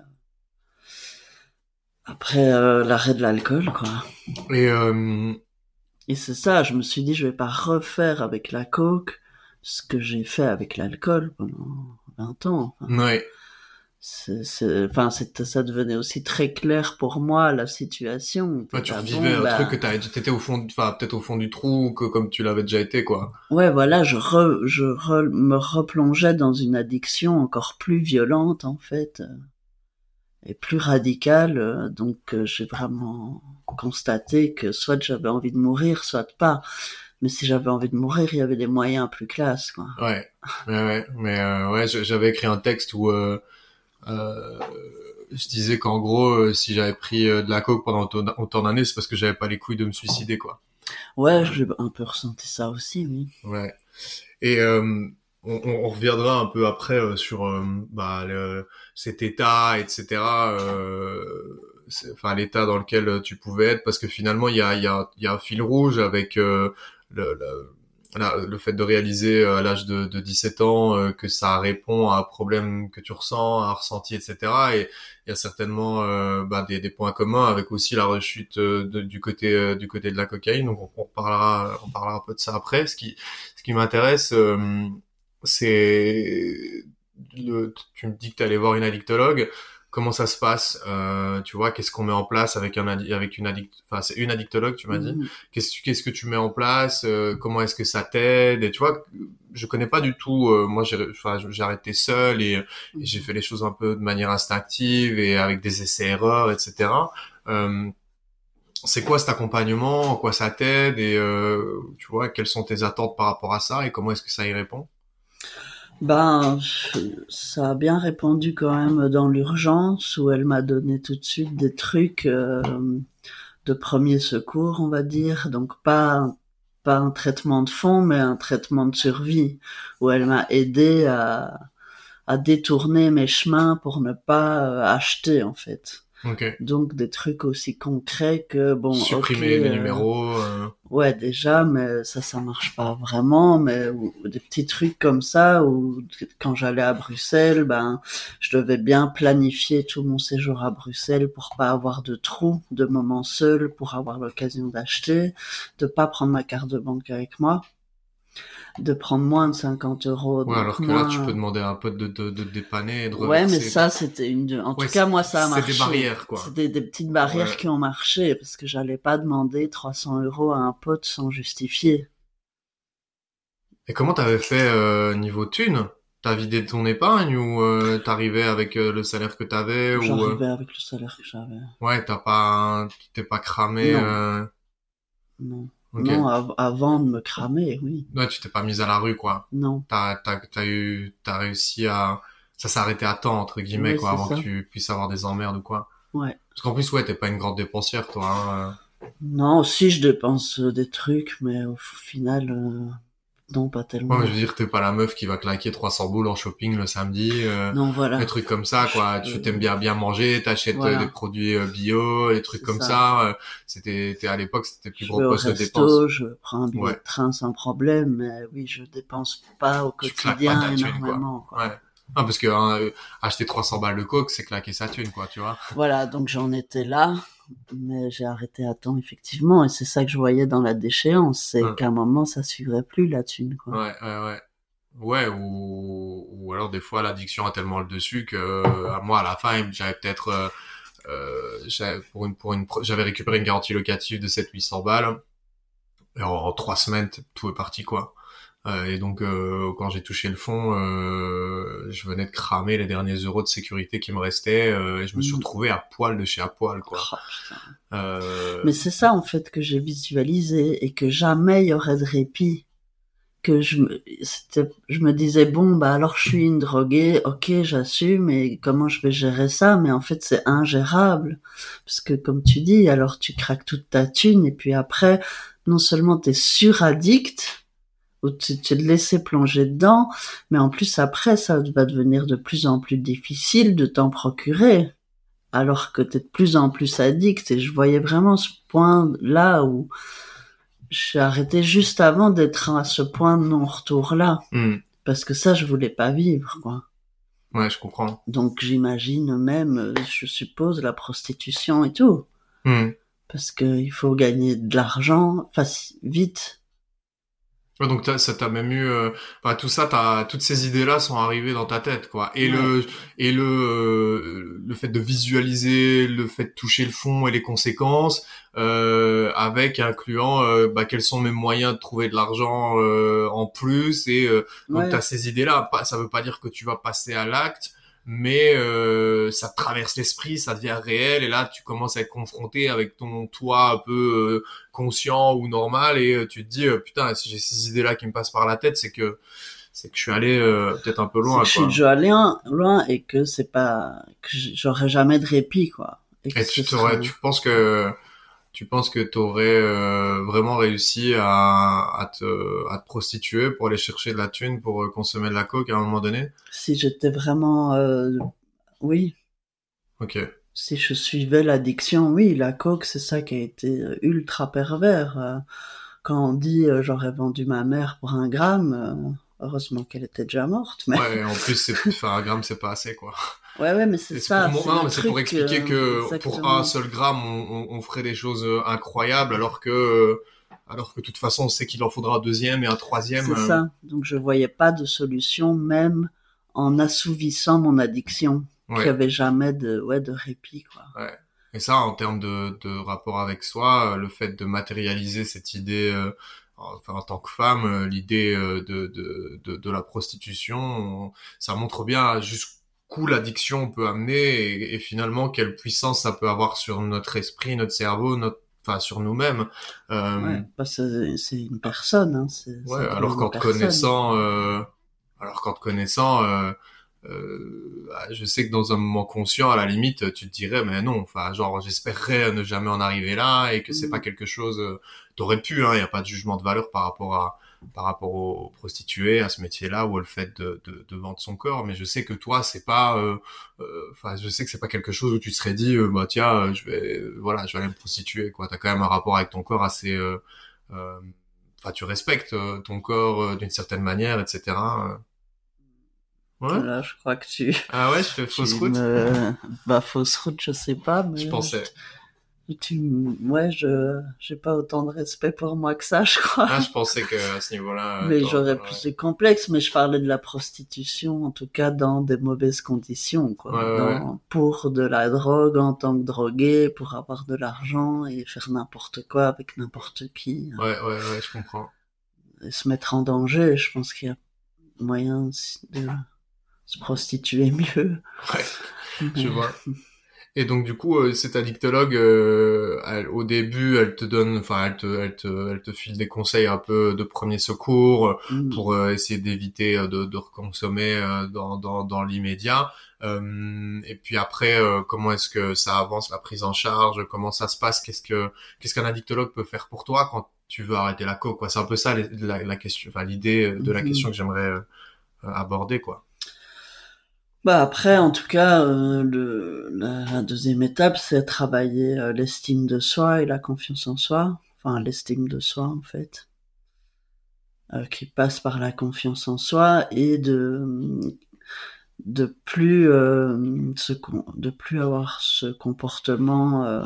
après l'arrêt de l'alcool, quoi. Et Et c'est ça, je me suis dit, je vais pas refaire avec la coke ce que j'ai fait avec l'alcool pendant 20 ans. Enfin, ouais. ça devenait aussi très clair pour moi, la situation. Ouais, tu Ah revivais bon, un truc bah, que t'étais au fond, enfin peut-être au fond du trou, que comme tu l'avais déjà été, quoi. ouais, voilà, me replongeais dans une addiction encore plus violente, en fait, et plus radicale. Donc, j'ai vraiment constaté que soit j'avais envie de mourir, soit pas. Mais si j'avais envie de mourir, il y avait des moyens plus classes, quoi. Ouais, ouais. Mais ouais, j'avais écrit un texte où euh, je disais qu'en gros, si j'avais pris de la coke pendant autant d'années, c'est parce que j'avais pas les couilles de me suicider, quoi. Ouais, j'ai un peu ressenti ça aussi, oui. Ouais. Et on reviendra un peu après sur cet état, etc. Enfin, l'état dans lequel tu pouvais être, parce que finalement, il y a un fil rouge avec le, le, le fait de réaliser à l'âge de 17 ans que ça répond à un problème que tu ressens, un ressenti, etc. Et il y a certainement des points communs avec aussi la rechute du côté de la cocaïne. Donc on parlera un peu de ça après. Ce qui m'intéresse, c'est tu me dis que tu allais voir une addictologue. Comment ça se passe tu vois, qu'est-ce qu'on met en place avec avec une enfin c'est une addictologue, tu m'as dit. Mhm. Qu'est-ce que tu mets en place comment est-ce que ça t'aide? Et tu vois, je connais pas du tout. Moi, j'ai arrêté seul et j'ai fait les choses un peu de manière instinctive et avec des essais-erreurs, etc. Euh, c'est quoi cet accompagnement? En quoi ça t'aide? Et tu vois, quelles sont tes attentes par rapport à ça et comment est-ce que ça y répond? Ben, ça a bien répondu quand même dans l'urgence où elle m'a donné tout de suite des trucs de premier secours, on va dire. Donc pas un traitement de fond, mais un traitement de survie où elle m'a aidé à détourner mes chemins pour ne pas acheter en fait. Ok. Donc des trucs aussi concrets que bon, ok, Supprimer les numéros. ouais déjà, mais ça marche pas vraiment. Mais ou des petits trucs comme ça où quand j'allais à Bruxelles, ben je devais bien planifier tout mon séjour à Bruxelles pour pas avoir de trous, de moments seuls, pour avoir l'occasion d'acheter, de pas prendre ma carte de banque avec moi, de prendre moins de 50 €, Ouais, donc alors que là, tu peux moins. demander à un pote de te dépanner et de Ouais, mais reverser. ça, c'était en Ouais, tout cas, moi, ça a c'est des marché. barrières, quoi. C'était des petites barrières Ouais. qui ont marché, parce que j'allais pas demander 300 € à un pote sans justifier. Et comment t'avais fait niveau thune? T'as vidé ton épargne ou t'arrivais avec le salaire que t'avais ou J'arrivais avec le salaire que j'avais. ouais, t'es pas cramé Non, non. ok. Non, avant de me cramer, oui. Ouais, tu t'es pas mise à la rue, quoi. Non. T'as réussi à, ça s'est arrêté à temps, entre guillemets, Oui, quoi, c'est avant que ça. tu puisses avoir des emmerdes ou quoi. Ouais. Parce qu'en plus, ouais, t'es pas une grande dépensière, toi, hein. Non, aussi, je dépense des trucs, mais au final, non, pas Ouais, mais tellement. je veux dire, t'es pas la meuf qui va claquer 300 boules en shopping le samedi, Non, des voilà. trucs comme ça, quoi. Tu t'aimes bien manger, t'achètes des Voilà. produits bio, des trucs C'est comme ça. ça. T'es à l'époque, c'était tes plus Je gros vais au postes de dépenses. resto, je prends un billet Ouais. de train sans problème, mais oui, je dépense pas au Tu claques pas quotidien ta thune, quoi. énormément, quoi. Ouais. Non, parce que acheter 300 balles de coke, c'est claquer sa thune, quoi, tu vois. Voilà, donc j'en étais là, mais j'ai arrêté à temps, effectivement, et c'est ça que je voyais dans la déchéance, c'est Hum. qu'à un moment, ça suivrait plus la thune, quoi. Ouais. Ouais, ou alors des fois l'addiction a tellement le dessus que à moi à la fin j'avais peut-être j'avais récupéré une garantie locative de 700-800 balles et en 3 semaines tout est parti quoi. Et donc quand j'ai touché le fond, je venais de cramer les derniers euros de sécurité qui me restaient et je me suis Mm. retrouvé à poil de chez à poil quoi. Oh, putain. Euh, Mais c'est ça, en fait, que j'ai visualisé, et que jamais il y aurait de répit que je me disais bon bah alors je suis une droguée, ok j'assume, et comment je vais gérer ça? Mais en fait c'est ingérable parce que comme tu dis, alors tu craques toute ta thune et puis après non seulement t'es suraddict ou tu te laisses plonger dedans, mais en plus après ça va devenir de plus en plus difficile de t'en procurer alors que t'es de plus en plus addict. Et je voyais vraiment ce point là où j'ai arrêté juste avant d'être à ce point de non-retour là. Parce que ça, je voulais pas vivre, quoi. Ouais, je comprends. Donc j'imagine même, je suppose, la prostitution et tout. Parce que il faut gagner de l'argent, vite. Ouais, donc ça t'a même eu, tout ça, toutes ces idées-là sont arrivées dans ta tête, quoi. Et Ouais. le fait de visualiser, le fait de toucher le fond et les conséquences, avec incluant, quels sont mes moyens de trouver de l'argent en plus. Et donc t'as ces idées-là. Ça veut pas dire que tu vas passer à l'acte, mais ça te traverse l'esprit, ça devient réel, et là tu commences à être confronté avec ton toi un peu conscient ou normal, et tu te dis putain, si j'ai ces idées là qui me passent par la tête, c'est que je suis allé peut-être un peu loin, quoi. Je suis déjà allé loin et que c'est pas que j'aurai jamais de répit, quoi. Et tu penses que t'aurais vraiment réussi à te prostituer pour aller chercher de la thune pour consommer de la coke à un moment donné? Si j'étais vraiment oui. Ok. Si je suivais l'addiction, oui, la coke, c'est ça qui a été ultra pervers. Quand on dit j'aurais vendu ma mère pour 1 gramme, heureusement qu'elle était déjà morte. Mais... Ouais, en plus, un gramme, c'est pas assez, quoi. Ouais, mais c'est ça. Non, mais c'est pour expliquer que exactement. pour un seul gramme, on ferait des choses incroyables, alors que de toute façon, on sait qu'il en faudra un deuxième et un troisième. C'est ça. Donc je voyais pas de solution, même en assouvissant mon addiction. Ouais. Qu'il y avait jamais de répit, quoi. Ouais. Et ça, en termes de rapport avec soi, le fait de matérialiser cette idée, en tant que femme, l'idée de la prostitution, ça montre bien jusqu'où l'addiction peut amener, et finalement quelle puissance ça peut avoir sur notre esprit, notre cerveau, sur nous-mêmes. Ouais, c'est une personne, hein. Ouais, alors qu'en te connaissant, je sais que dans un moment conscient, à la limite, tu te dirais, mais non, j'espérerais ne jamais en arriver là, et que c'est pas quelque chose, t'aurais pu, hein, y a pas de jugement de valeur par rapport aux prostituées, à ce métier-là, ou au fait de vendre son corps, mais je sais que toi, c'est pas, je sais que c'est pas quelque chose où tu te serais dit, tiens, je vais aller me prostituer, quoi. T'as quand même un rapport avec ton corps assez, tu respectes ton corps d'une certaine manière, etc. Ouais. Là, je crois que tu... Ah ouais, je fais fausse route. Fausse route, je sais pas, mais... Je pensais. J'ai pas autant de respect pour moi que ça, je crois. Ah, je pensais que à ce niveau-là... mais j'aurais plus de complexe, mais je parlais de la prostitution, en tout cas dans des mauvaises conditions, quoi. Pour de la drogue en tant que drogué, pour avoir de l'argent et faire n'importe quoi avec n'importe qui. Ouais, je comprends. Et se mettre en danger, je pense qu'il y a moyen de se prostituer mieux. Ouais, je vois. Et donc du coup, cette addictologue, au début, elle te donne, elle te file des conseils un peu de premier secours pour essayer d'éviter de reconsommer dans l'immédiat. Et puis après, comment est-ce que ça avance, la prise en charge? Comment ça se passe? Qu'est-ce qu'un addictologue peut faire pour toi quand tu veux arrêter la coke, quoi? C'est un peu ça la question, l'idée de la question que j'aimerais aborder, quoi. Après, en tout cas, la deuxième étape, c'est travailler l'estime de soi et la confiance en soi. Enfin, l'estime de soi, en fait, qui passe par la confiance en soi et de plus avoir ce comportement,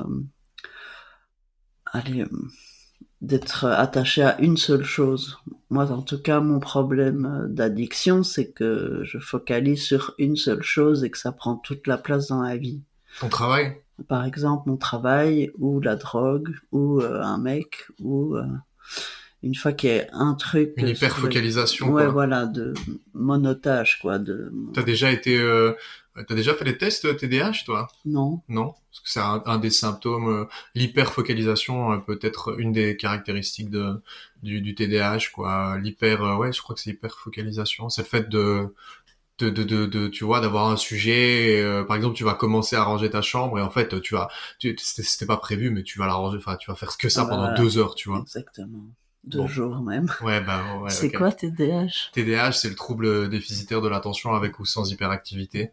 d'être attaché à une seule chose. Moi, en tout cas, mon problème d'addiction, c'est que je focalise sur une seule chose et que ça prend toute la place dans la vie. Ton travail? Par exemple, mon travail, ou la drogue, ou un mec, ou une fois qu'il y a un truc... Une hyper-focalisation, ouais, quoi. Voilà, de monotage, quoi. T'as déjà été T'as déjà fait des tests TDAH, toi? Non. Non? Parce que c'est un des symptômes, l'hyperfocalisation, peut être une des caractéristiques du TDAH, quoi. Ouais, je crois que c'est l'hyperfocalisation. C'est le fait tu vois, d'avoir un sujet, par exemple, tu vas commencer à ranger ta chambre et en fait, c'était pas prévu, mais tu vas la ranger, enfin, tu vas faire que Ah ça bah pendant voilà, 2 heures, tu vois. exactement. 2 Bon. jours même. Ouais, bah, ouais, C'est ok. quoi TDAH? TDAH, c'est le trouble déficitaire de l'attention avec ou sans hyperactivité.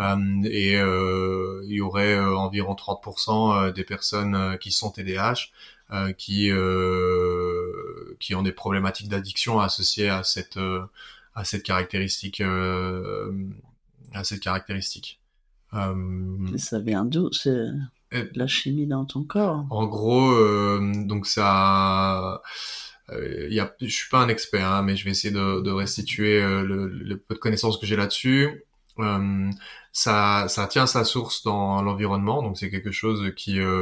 Il y aurait environ 30% des personnes qui sont TDAH qui ont des problématiques d'addiction associées à cette caractéristique à cette caractéristique. Et ça vient d'où? C'est de Et la chimie dans ton corps? en gros, donc ça, je suis pas un expert, hein, mais je vais essayer de restituer le peu de connaissances que j'ai là-dessus. Euh, ça tient sa source dans l'environnement, donc c'est quelque chose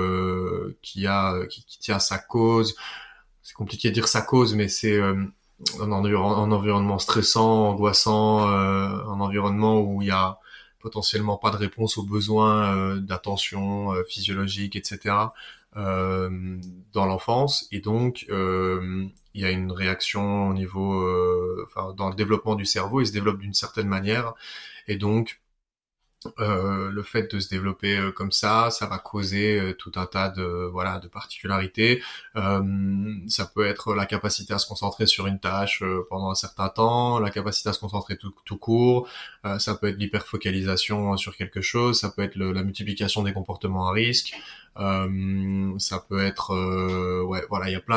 qui tient sa cause. C'est compliqué de dire sa cause, mais c'est un environnement stressant, angoissant, un environnement où il y a potentiellement pas de réponse aux besoins d'attention physiologique, etc. Dans l'enfance, et donc il y a une réaction au niveau, enfin dans le développement du cerveau, il se développe d'une certaine manière, et donc le fait de se développer comme ça va causer tout un tas de particularités. Ça peut être la capacité à se concentrer sur une tâche pendant un certain temps, la capacité à se concentrer tout court. Ça peut être l'hyperfocalisation sur quelque chose, ça peut être la multiplication des comportements à risque. Ça peut être ouais, voilà, il y a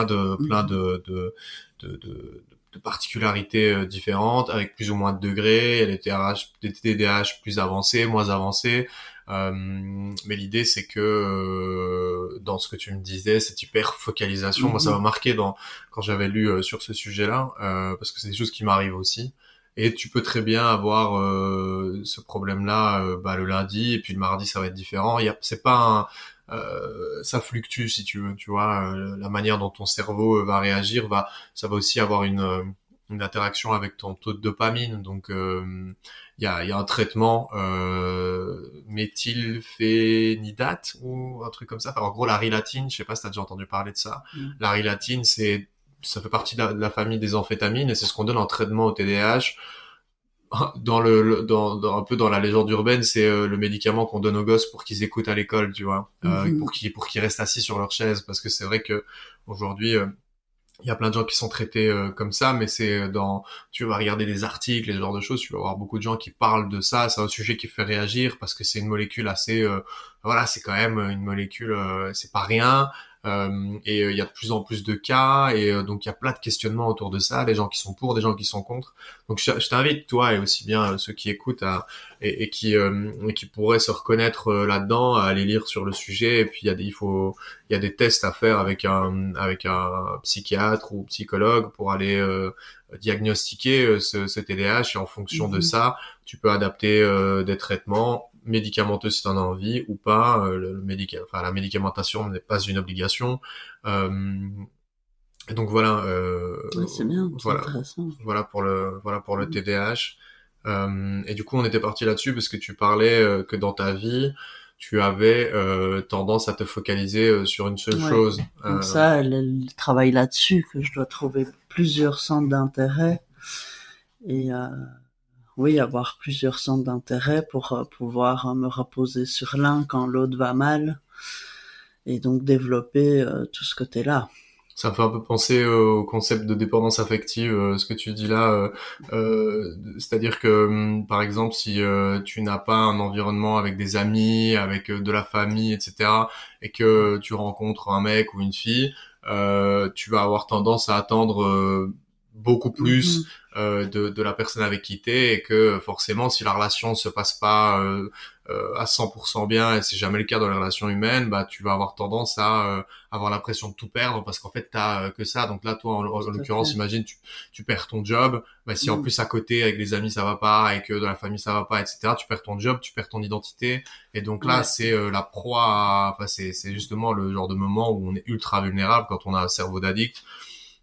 plein de particularités différentes, avec plus ou moins de degrés. Il y a des TDAH plus avancés, moins avancés. Mais l'idée, c'est que dans ce que tu me disais, cette hyper focalisation, moi, ça m'a marqué quand j'avais lu sur ce sujet-là, parce que c'est des choses qui m'arrivent aussi. Et tu peux très bien avoir ce problème-là le lundi, et puis le mardi, ça va être différent. C'est pas ça fluctue, si tu veux, tu vois, la manière dont ton cerveau va réagir ça va aussi avoir une interaction avec ton taux de dopamine. Donc il y a un traitement méthylphénidate ou un truc comme ça. Enfin, en gros, la rilatine, je sais pas si t'as déjà entendu parler de ça. La rilatine, ça fait partie de la famille des amphétamines, et c'est ce qu'on donne en traitement au TDAH. Un peu dans la légende urbaine, c'est le médicament qu'on donne aux gosses pour qu'ils écoutent à l'école, tu vois, pour qu'ils restent assis sur leur chaise, parce que c'est vrai que aujourd'hui il y a plein de gens qui sont traités comme ça, mais tu vas regarder des articles et ce genre de choses, tu vas avoir beaucoup de gens qui parlent de ça. C'est un sujet qui fait réagir parce que c'est une molécule assez, voilà, c'est quand même une molécule, c'est pas rien. Et il y a de plus en plus de cas, et donc il y a plein de questionnements autour de ça, des gens qui sont pour, des gens qui sont contre. Donc je t'invite, toi et aussi bien ceux qui écoutent et qui pourraient se reconnaître là-dedans, à aller lire sur le sujet. Et puis il y a des tests à faire avec un psychiatre ou psychologue pour aller diagnostiquer ce TDAH, et en fonction de ça, tu peux adapter des traitements médicamenteux si tu en as envie ou pas. La médicamentation n'est pas une obligation. Et donc voilà. Ouais, c'est bien, c'est voilà, intéressant. voilà pour le TDAH. Et du coup, on était parti là-dessus parce que tu parlais que dans ta vie, tu avais tendance à te focaliser sur une seule chose. Donc ça, elle travaille là-dessus, que je dois trouver plusieurs centres d'intérêt et oui, avoir plusieurs centres d'intérêt pour pouvoir me reposer sur l'un quand l'autre va mal, et donc développer tout ce côté-là. Ça me fait un peu penser au concept de dépendance affective, ce que tu dis là. C'est-à-dire que, par exemple, si tu n'as pas un environnement avec des amis, avec de la famille, etc., et que tu rencontres un mec ou une fille, tu vas avoir tendance à attendre beaucoup plus de la personne avec qui t'es, et que forcément, si la relation se passe pas à 100% bien, et c'est jamais le cas dans les relations humaines, bah tu vas avoir tendance à avoir l'impression de tout perdre, parce qu'en fait t'as que ça. Donc là, toi en l'occurrence, imagine tu perds ton job, bah si en plus à côté avec les amis ça va pas, et que dans la famille ça va pas, etc., tu perds ton job, tu perds ton identité, et donc là c'est la proie enfin c'est justement le genre de moment où on est ultra vulnérable quand on a un cerveau d'addict.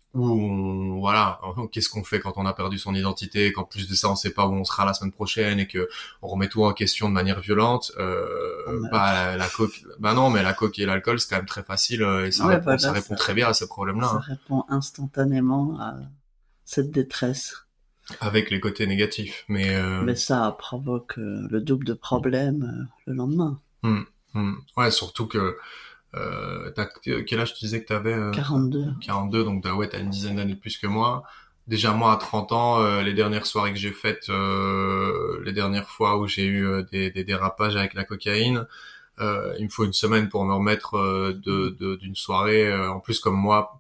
voilà, qu'est-ce qu'on fait quand on a perdu son identité, qu'en plus de ça on sait pas où on sera la semaine prochaine et que on remet tout en question de manière violente. La coke, non, mais la coke et l'alcool c'est quand même très facile et ça répond très bien à ce problème-là. Ça répond instantanément à cette détresse. Avec les côtés négatifs, mais ça provoque le double de problèmes le lendemain. Ouais, surtout que quel âge tu disais que t'avais 42. 42, donc t'as une dizaine d'années de plus que moi. Déjà moi à 30 ans, les dernières soirées que j'ai faites, les dernières fois où j'ai eu des dérapages avec la cocaïne, il me faut une semaine pour me remettre d'une soirée. En plus comme moi,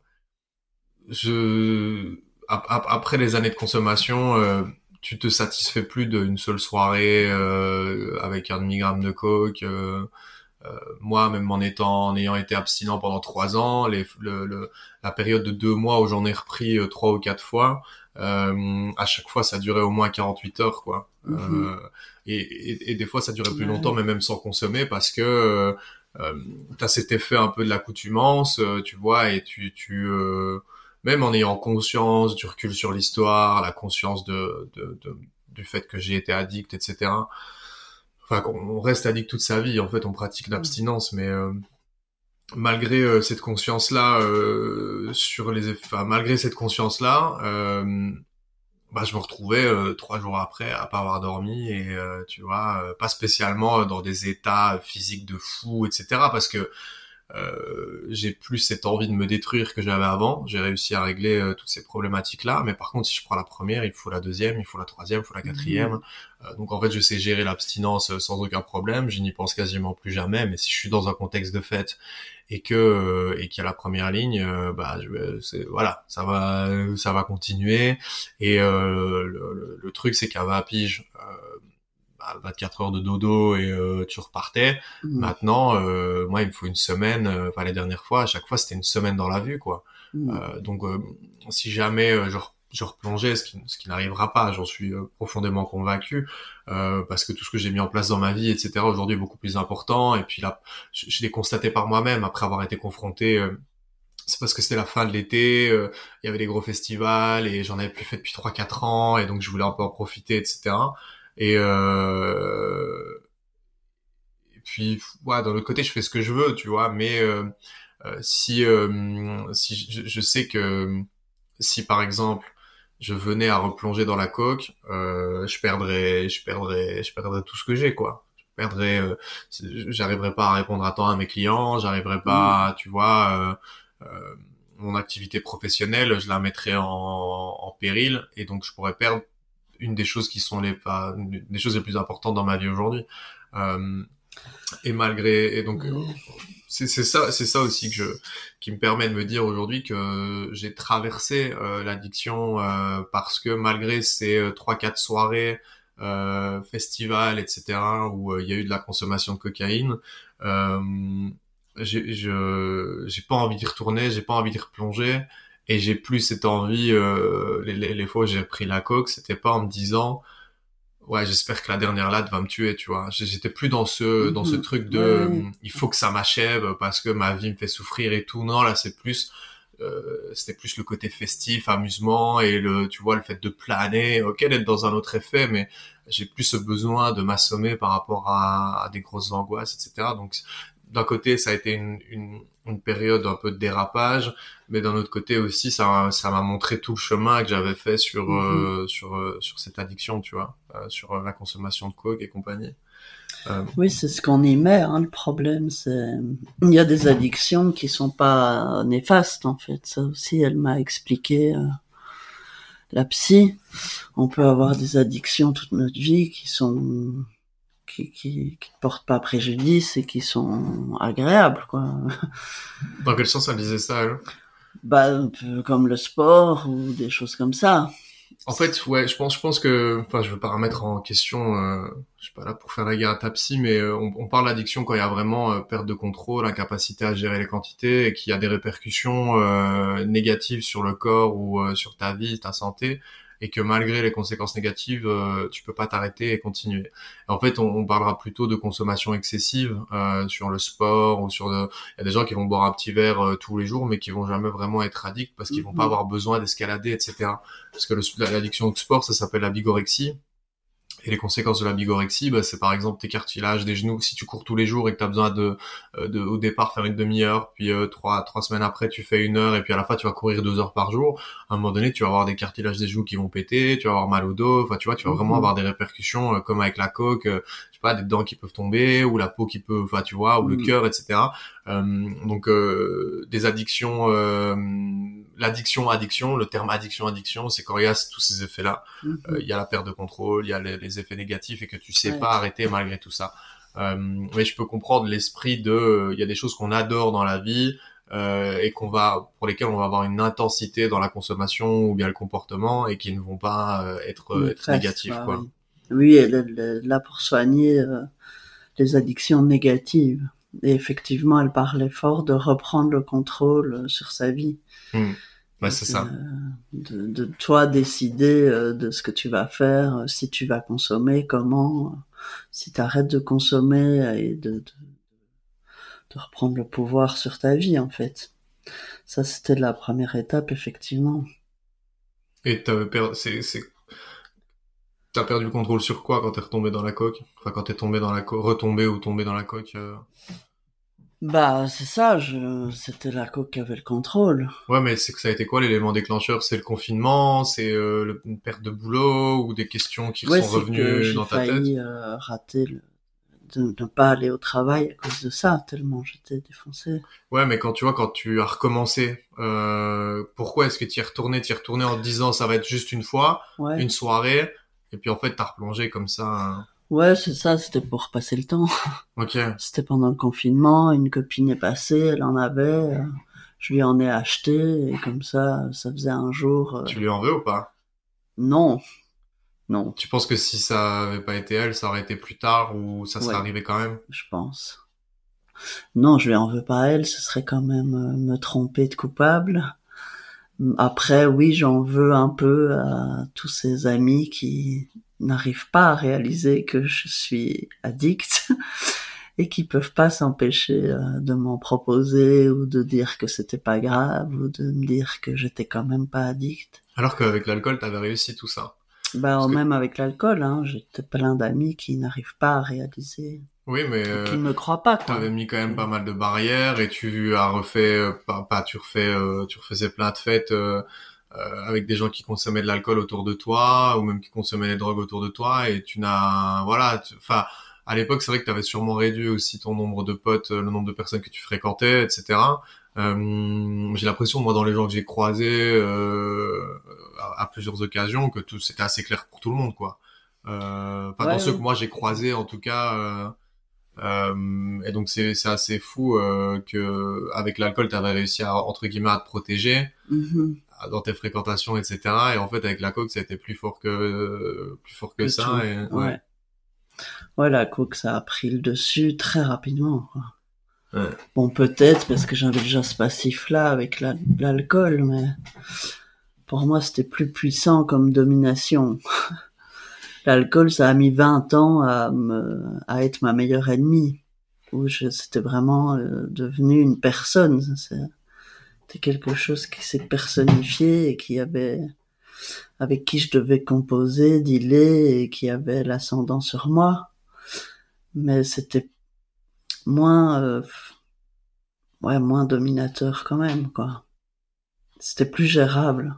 après les années de consommation, tu te satisfais plus d'une seule soirée avec un demi-gramme de coke. Moi, même en ayant été abstinent pendant 3 ans, la période de 2 mois où j'en ai repris 3 ou 4 fois, à chaque fois ça durait au moins 48 heures, quoi. Et des fois ça durait plus longtemps, mais même sans consommer, parce que t'as cet effet un peu de l'accoutumance, tu vois, et même en ayant conscience du recul sur l'histoire, la conscience du fait que j'ai été addict, etc. Enfin, on reste addict toute sa vie, en fait, on pratique l'abstinence, mais malgré cette conscience-là, malgré cette conscience-là, je me retrouvais 3 jours après à pas avoir dormi et tu vois, pas spécialement dans des états physiques de fou, etc. Parce que j'ai plus cette envie de me détruire que j'avais avant. J'ai réussi à régler toutes ces problématiques-là, mais par contre, si je prends la première, il faut la deuxième, il faut la troisième, il faut la quatrième. Donc en fait, je sais gérer l'abstinence sans aucun problème. Je n'y pense quasiment plus jamais. Mais si je suis dans un contexte de fête et qu'il y a la première ligne, voilà, ça va continuer. Et le truc, c'est qu'à 20 piges, 24 heures de dodo et tu repartais. Maintenant, moi, il me faut une semaine. Les dernières fois, à chaque fois, c'était une semaine dans la vue, quoi. Donc, si jamais je replongeais, ce qui n'arrivera pas, j'en suis profondément convaincu, parce que tout ce que j'ai mis en place dans ma vie, etc., aujourd'hui est beaucoup plus important. Et puis là, je l'ai constaté par moi-même après avoir été confronté. C'est parce que c'était la fin de l'été, il y avait des gros festivals et j'en avais plus fait depuis 3-4 ans et donc je voulais un peu en profiter, etc. Et puis, ouais, d'un autre côté, je fais ce que je veux, tu vois. Mais si je sais que si par exemple je venais à replonger dans la coke, je perdrais tout ce que j'ai, quoi. J'arriverais pas à répondre à temps à mes clients, j'arriverais pas, tu vois. Mon activité professionnelle, je la mettrais en péril et donc je pourrais perdre une des choses qui sont des choses les plus importantes dans ma vie aujourd'hui. Et donc c'est ça aussi qui me permet de me dire aujourd'hui que j'ai traversé l'addiction parce que malgré ces 3-4 soirées festivals, etc., où il y a eu de la consommation de cocaïne, j'ai pas envie d'y retourner, j'ai pas envie d'y replonger. Et j'ai plus cette envie, les fois où j'ai pris la coke, c'était pas en me disant, ouais, j'espère que la dernière latte va me tuer, tu vois. J'étais plus dans ce truc de, il faut que ça m'achève parce que ma vie me fait souffrir et tout. Non, là, c'était plus le côté festif, amusement et tu vois, le fait de planer, ok, d'être dans un autre effet, mais j'ai plus ce besoin de m'assommer par rapport à des grosses angoisses, etc. Donc, d'un côté, ça a été une période un peu de dérapage, mais d'un autre côté aussi, ça m'a montré tout le chemin que j'avais fait sur cette addiction, tu vois, sur la consommation de coke et compagnie. Oui, c'est ce qu'on y met, hein, le problème, il y a des addictions qui sont pas néfastes, en fait. Ça aussi, elle m'a expliqué, la psy. On peut avoir des addictions toute notre vie qui portent pas préjudice et qui sont agréables, quoi. Dans quel sens elle disait ça, elle ? Un peu comme le sport ou des choses comme ça. En fait, ouais, je pense que, je veux pas remettre en question, je suis pas là pour faire la guerre à ta psy, mais on parle d'addiction quand il y a vraiment perte de contrôle, incapacité à gérer les quantités et qu'il y a des répercussions négatives sur le corps ou sur ta vie, ta santé. et que malgré les conséquences négatives, tu peux pas t'arrêter et continuer. Et en fait, on parlera plutôt de consommation excessive sur le sport ou il y a des gens qui vont boire un petit verre tous les jours, mais qui vont jamais vraiment être addicts parce qu'ils vont pas avoir besoin d'escalader, etc. Parce que l'addiction au sport, ça s'appelle la bigorexie. Et les conséquences de la bigorexie, bah, c'est par exemple tes cartilages des genoux. Si tu cours tous les jours et que tu as besoin au départ faire une demi-heure, puis trois semaines après tu fais 1 heure, et puis à la fin tu vas courir 2 heures par jour, à un moment donné tu vas avoir des cartilages des genoux qui vont péter, tu vas avoir mal au dos, enfin tu vois, tu vas vraiment avoir des répercussions comme avec la coke, je sais pas, des dents qui peuvent tomber, ou la peau qui peut, enfin tu vois, ou le cœur, etc. Donc des addictions, addiction, le terme addiction, c'est quand il y a tous ces effets-là. Il y a la perte de contrôle, il y a les effets négatifs et que tu sais pas arrêter malgré tout ça. Mais je peux comprendre l'esprit il y a des choses qu'on adore dans la vie et pour lesquelles on va avoir une intensité dans la consommation ou bien le comportement et qui ne vont pas être négatifs, quoi. Oui, elle est là pour soigner les addictions négatives. Et effectivement, elle parlait fort de reprendre le contrôle sur sa vie. Ouais, c'est ça. De toi décider de ce que tu vas faire, si tu vas consommer, comment, si tu arrêtes de consommer et de reprendre le pouvoir sur ta vie, en fait. Ça, c'était la première étape, effectivement. Et t'as perdu le contrôle sur quoi quand t'es retombé dans la coque? Enfin, quand t'es tombé dans retombé ou tombé dans la coque Bah, c'est ça, c'était la coque qui avait le contrôle. Ouais, mais c'est que ça a été quoi l'élément déclencheur? C'est le confinement, c'est une perte de boulot ou des questions qui sont revenues dans ta tête? J'ai failli rater de ne pas aller au travail à cause de ça, tellement j'étais défoncé. Ouais, mais quand tu as recommencé, pourquoi est-ce que tu y es retourné? Tu y es retourné en te disant ça va être juste une fois, une soirée, et puis en fait t'as replongé comme ça. Ouais, c'est ça, c'était pour passer le temps. Ok. C'était pendant le confinement, une copine est passée, elle en avait, je lui en ai acheté, et comme ça faisait un jour... Tu lui en veux ou pas? Non. Tu penses que si ça avait pas été elle, ça aurait été plus tard ou ça serait arrivé quand même? Je pense. Non, je lui en veux pas à elle, ce serait quand même me tromper de coupable. Après, oui, j'en veux un peu à tous ces amis qui n'arrivent pas à réaliser que je suis addict et qui peuvent pas s'empêcher de m'en proposer ou de dire que c'était pas grave ou de me dire que j'étais quand même pas addict. Alors qu'avec l'alcool, t'avais réussi tout ça. Même avec l'alcool, j'ai plein d'amis qui n'arrivent pas à réaliser. Oui, mais qui ne me croient pas, quoi. T'avais mis quand même pas mal de barrières et tu as refait, tu refaisais plein de fêtes avec des gens qui consommaient de l'alcool autour de toi ou même qui consommaient des drogues autour de toi et enfin, à l'époque, c'est vrai que t'avais sûrement réduit aussi ton nombre de potes, le nombre de personnes que tu fréquentais, etc. J'ai l'impression, moi, dans les gens que j'ai croisés à plusieurs occasions, que tout c'était assez clair pour tout le monde, quoi. Dans ceux que moi j'ai croisés, en tout cas. Et donc c'est assez fou que avec l'alcool t'avais réussi à entre guillemets à te protéger dans tes fréquentations, etc. Et en fait avec la coke ça a été plus fort que ça. Ouais, la coke ça a pris le dessus très rapidement, quoi. Ouais. Bon, peut-être parce que j'avais déjà ce passif-là avec l'alcool, mais pour moi c'était plus puissant comme domination. L'alcool, ça a mis 20 ans à être ma meilleure ennemie. Où c'était vraiment devenu une personne. C'était quelque chose qui s'est personnifié et avec qui je devais composer, dealer et qui avait l'ascendant sur moi. Mais c'était moins dominateur quand même, quoi. C'était plus gérable,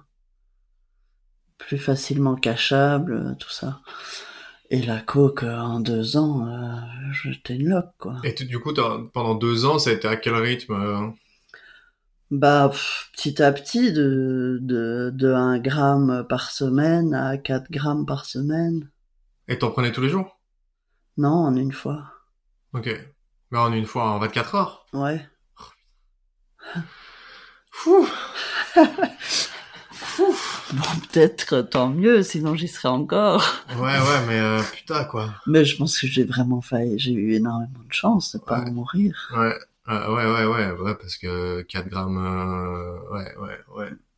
plus facilement cachable, tout ça. Et la coke, en 2 ans, j'étais une loque, quoi. Et du coup, pendant 2 ans, ça a été à quel rythme petit à petit, de 1 gramme par semaine à 4 grammes par semaine. Et t'en prenais tous les jours? Non, en une fois. Ok. Mais en une fois, en 24 heures? Ouais. Fou. Bon, peut-être tant mieux, sinon j'y serais encore. Ouais, mais putain, quoi. Mais je pense que j'ai eu énormément de chance de pas mourir. Ouais, parce que 4 grammes, ouais.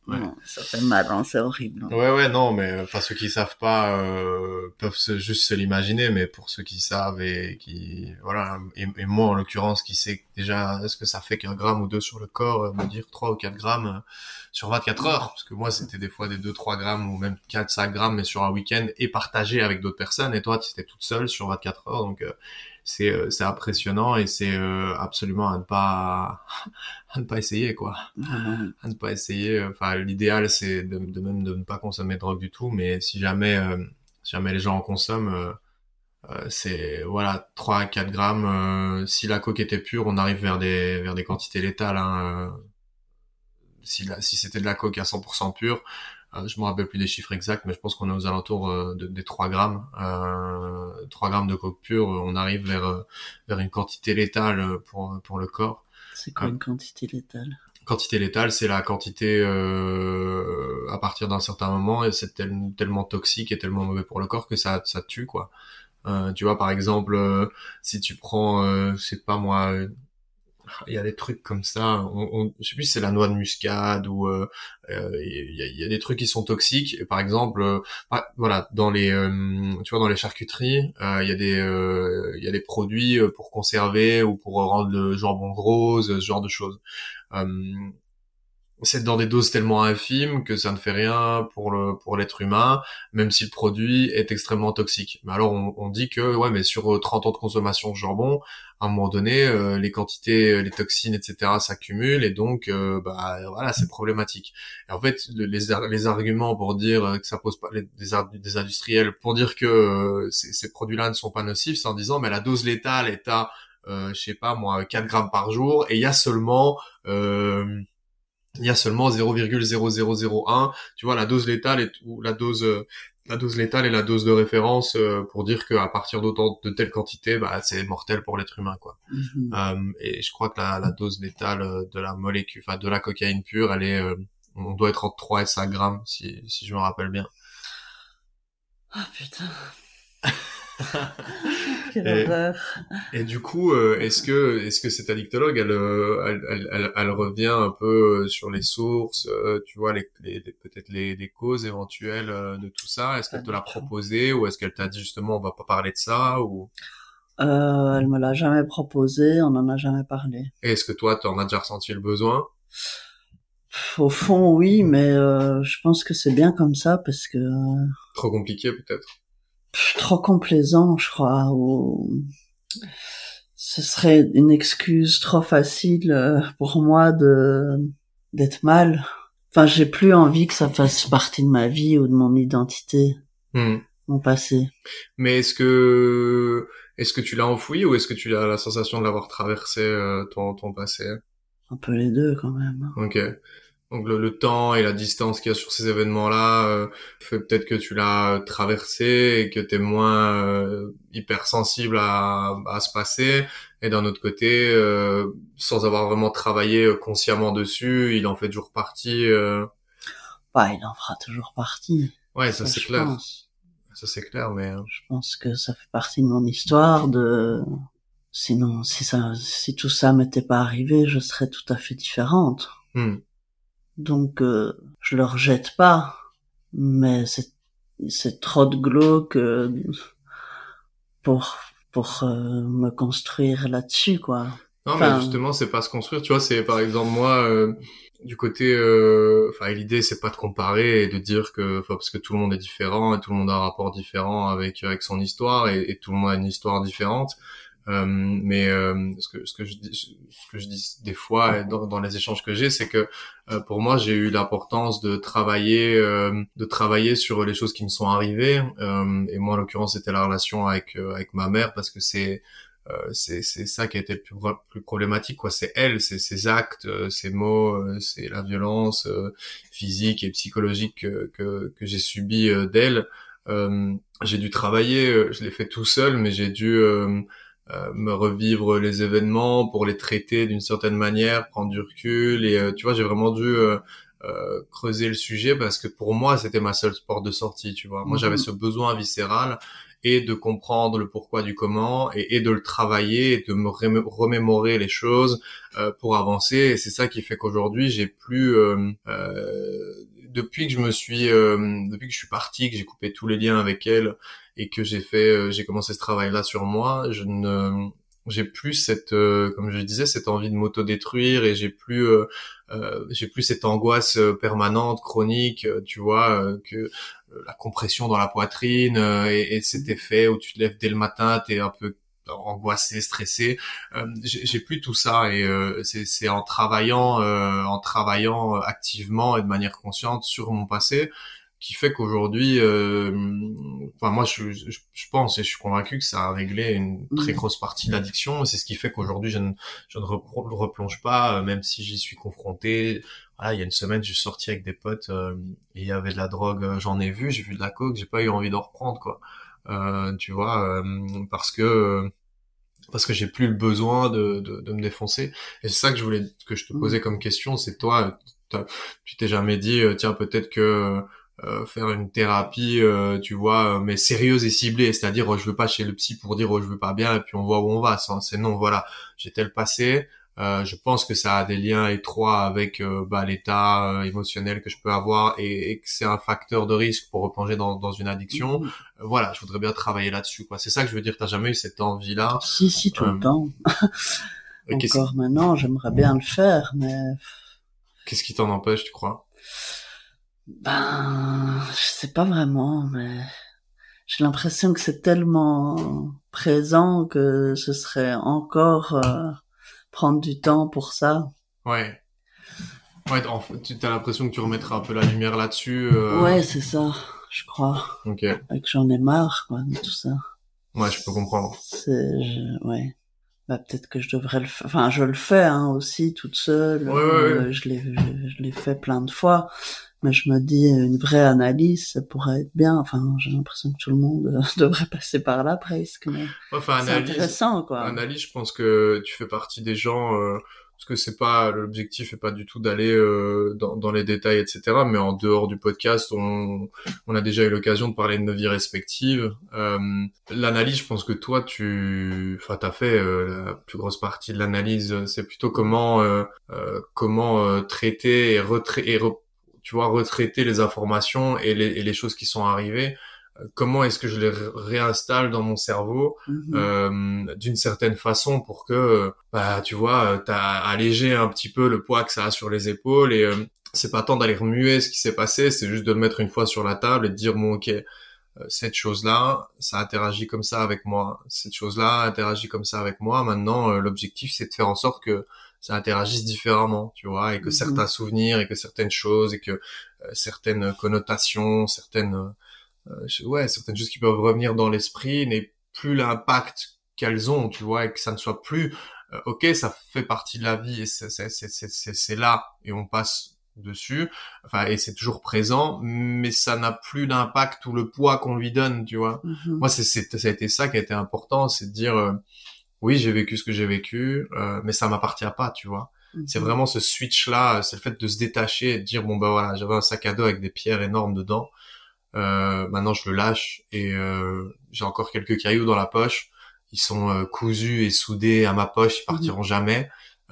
Ouais. Non, ça fait mal, hein, c'est horrible. Ouais, non, mais enfin ceux qui savent pas peuvent juste se l'imaginer, mais pour ceux qui savent et qui voilà, et moi en l'occurrence qui sait déjà est-ce que ça fait qu'un gramme ou deux sur le corps, me dire 3 ou 4 grammes sur 24 heures, parce que moi c'était des fois des 2-3 grammes ou même 4-5 grammes mais sur un week-end et partagé avec d'autres personnes, et toi tu étais toute seule sur 24 heures, donc c'est impressionnant et c'est absolument à ne pas essayer quoi. À ne pas essayer. Enfin, l'idéal c'est de même de ne pas consommer de drogue du tout, mais si jamais les gens en consomment, c'est voilà 3 à 4 grammes. Si la coke était pure, on arrive vers des quantités létales. Hein. Si c'était de la coke à 100% pure, je me rappelle plus des chiffres exacts, mais je pense qu'on est aux alentours des 3 grammes. 3 grammes de coke pure, on arrive vers une quantité létale pour le corps. C'est quoi une quantité létale? Quantité létale, c'est la quantité à partir d'un certain moment, et c'est tellement toxique et tellement mauvais pour le corps que ça tue quoi. Tu vois par exemple, si tu prends, je sais pas moi, il y a des trucs comme ça, je sais plus si c'est la noix de muscade ou il y a des trucs qui sont toxiques. Et par exemple, voilà, dans les tu vois dans les charcuteries, il y a des produits pour conserver ou pour rendre le jambon rose, ce genre de choses. Euh, c'est dans des doses tellement infimes que ça ne fait rien pour l'être humain, même si le produit est extrêmement toxique. Mais alors on dit que ouais, mais sur 30 ans de consommation de jambon, à un moment donné, les quantités, les toxines, etc. s'accumulent, et donc bah voilà, c'est problématique. Et en fait, les arguments pour dire que ça pose pas des industriels pour dire que ces produits-là ne sont pas nocifs, c'est en disant mais la dose létale est à je sais pas moi 4 grammes par jour, et il y a seulement 0,0001, tu vois, la dose létale la dose létale est la dose de référence pour dire qu'à partir d'autant de telle quantité, bah c'est mortel pour l'être humain quoi. Et je crois que la dose létale de la molécule, enfin de la cocaïne pure, elle est on doit être entre 3 et 5 grammes si je me rappelle bien. Ah putain. Quelle horreur. Et du coup, est-ce que cette addictologue, elle revient un peu sur les sources, tu vois, peut-être les causes éventuelles de tout ça. Est-ce qu'elle te l'a proposé, ou est-ce qu'elle t'a dit justement on va pas parler de ça, ou Elle me l'a jamais proposé, on en a jamais parlé. et est-ce que toi t'en as déjà ressenti le besoin? Au fond, oui, mais je pense que c'est bien comme ça parce que Trop compliqué peut-être. trop complaisant, je crois, ou ce serait une excuse trop facile pour moi d'être mal. Enfin, j'ai plus envie que ça fasse partie de ma vie ou de mon identité, mon passé. Mais est-ce que tu l'as enfoui, ou est-ce que tu as la sensation de l'avoir traversé ton passé? Un peu les deux quand même. Ok. Donc le temps et la distance qu'il y a sur ces événements-là fait peut-être que tu l'as traversé et que t'es moins hypersensible à ce passé. Et d'un autre côté, sans avoir vraiment travaillé consciemment dessus, il en fait toujours partie. Bah, il en fera toujours partie. Ouais, ça c'est clair. Pense. Ça c'est clair, mais je pense que ça fait partie de mon histoire. Sinon, si tout ça m'était pas arrivé, je serais tout à fait différente. Donc, je le rejette pas, mais c'est trop de glauque pour me construire là-dessus, quoi. Non, mais justement, c'est pas se construire. Tu vois, c'est par exemple moi, du côté, enfin, l'idée c'est pas de comparer et de dire que, enfin, parce que tout le monde est différent et tout le monde a un rapport différent avec son histoire, et tout le monde a une histoire différente. Mais ce que je dis des fois dans les échanges que j'ai, c'est que pour moi j'ai eu l'importance de travailler sur les choses qui me sont arrivées, et moi en l'occurrence c'était la relation avec ma mère, parce que c'est ça qui a été le plus problématique quoi. C'est elle, c'est ses actes, ses mots, c'est la violence physique et psychologique que j'ai subi d'elle. J'ai dû travailler, je l'ai fait tout seul, mais j'ai dû me revivre les événements pour les traiter d'une certaine manière, prendre du recul, et tu vois, j'ai vraiment dû creuser le sujet, parce que pour moi c'était ma seule porte de sortie, tu vois. Moi j'avais ce besoin viscéral, et de comprendre le pourquoi du comment et de le travailler et de me remémorer les choses pour avancer. Et c'est ça qui fait qu'aujourd'hui j'ai plus depuis que depuis que je suis parti, que j'ai coupé tous les liens avec elle et que j'ai commencé ce travail-là sur moi, j'ai plus cette comme je disais, cette envie de m'autodétruire, et j'ai plus cette angoisse permanente, chronique, tu vois, que la compression dans la poitrine et cet effet où tu te lèves dès le matin, t'es un peu angoissé, stressé. J'ai plus tout ça, et c'est en travaillant activement et de manière consciente sur mon passé qui fait qu'aujourd'hui, enfin moi je pense et je suis convaincu que ça a réglé une très grosse partie de l'addiction. C'est ce qui fait qu'aujourd'hui je ne replonge pas, même si j'y suis confronté. Voilà, il y a une semaine, je suis sorti avec des potes et il y avait de la drogue, j'ai vu de la coke, j'ai pas eu envie d'en reprendre, quoi. Tu vois, parce que j'ai plus le besoin de me défoncer. Et c'est ça que je te posais comme question, c'est toi, tu t'es jamais dit, tiens, peut-être que faire une thérapie, tu vois, mais sérieuse et ciblée, c'est-à-dire je veux pas chez le psy pour dire je veux pas bien et puis on voit où on va. C'est non, voilà, j'ai tel passé. Je pense que ça a des liens étroits avec l'état émotionnel que je peux avoir, et que c'est un facteur de risque pour replonger dans une addiction. Voilà, je voudrais bien travailler là-dessus, quoi. C'est ça que je veux dire. T'as jamais eu cette envie-là? Si, tout le temps. Encore maintenant, j'aimerais bien le faire, mais... Qu'est-ce qui t'en empêche, tu crois? Je sais pas vraiment, mais j'ai l'impression que c'est tellement présent que ce serait encore prendre du temps pour ça. Ouais. Ouais, tu as l'impression que tu remettras un peu la lumière là-dessus. Ouais, c'est ça, je crois. Ok. Et que j'en ai marre, quoi, de tout ça. Ouais, je peux comprendre. Ouais. Peut-être que je devrais le faire. Enfin, je le fais, aussi, toute seule. Ouais. Je l'ai fait plein de fois. Mais je me dis, une vraie analyse, ça pourrait être bien. Enfin, j'ai l'impression que tout le monde devrait passer par là, presque. Mais c'est intéressant, quoi. Analyse, je pense que tu fais partie des gens, parce que c'est pas, l'objectif est pas du tout d'aller dans les détails, etc. Mais en dehors du podcast, on a déjà eu l'occasion de parler de nos vies respectives. L'analyse, je pense que toi, t'as fait la plus grosse partie de l'analyse. C'est plutôt comment traiter tu vois, retraiter les informations et les choses qui sont arrivées. Comment est-ce que je les réinstalle dans mon cerveau d'une certaine façon pour que tu vois, t'as allégé un petit peu le poids que ça a sur les épaules, et c'est pas tant d'aller remuer ce qui s'est passé, c'est juste de le mettre une fois sur la table et de dire bon, ok, cette chose-là, ça interagit comme ça avec moi, cette chose-là interagit comme ça avec moi. Maintenant, l'objectif, c'est de faire en sorte que ça interagisse différemment, tu vois, et que certains souvenirs et que certaines choses et que certaines connotations, certaines choses qui peuvent revenir dans l'esprit n'aient plus l'impact qu'elles ont, tu vois, et que ça ne soit plus ok, ça fait partie de la vie et c'est là et on passe dessus, enfin, et c'est toujours présent, mais ça n'a plus d'impact ou le poids qu'on lui donne, tu vois. Moi, ça a été ça qui a été important, c'est de dire oui, j'ai vécu ce que j'ai vécu, mais ça m'appartient pas, tu vois. C'est vraiment ce switch-là, c'est le fait de se détacher et de dire bon voilà, j'avais un sac à dos avec des pierres énormes dedans. Maintenant je le lâche et j'ai encore quelques cailloux dans la poche. Ils sont cousus et soudés à ma poche, ils partiront jamais.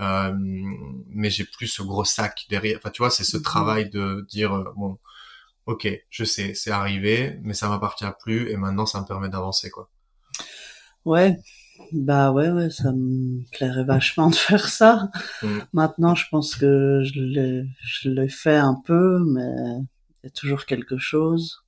Mais j'ai plus ce gros sac derrière. Enfin, tu vois, c'est ce travail de dire bon, ok, je sais, c'est arrivé, mais ça m'appartient plus et maintenant ça me permet d'avancer, quoi. Ouais. Ouais, ça me plairait vachement de faire ça. Maintenant, je pense que je l'ai fait un peu, mais il y a toujours quelque chose.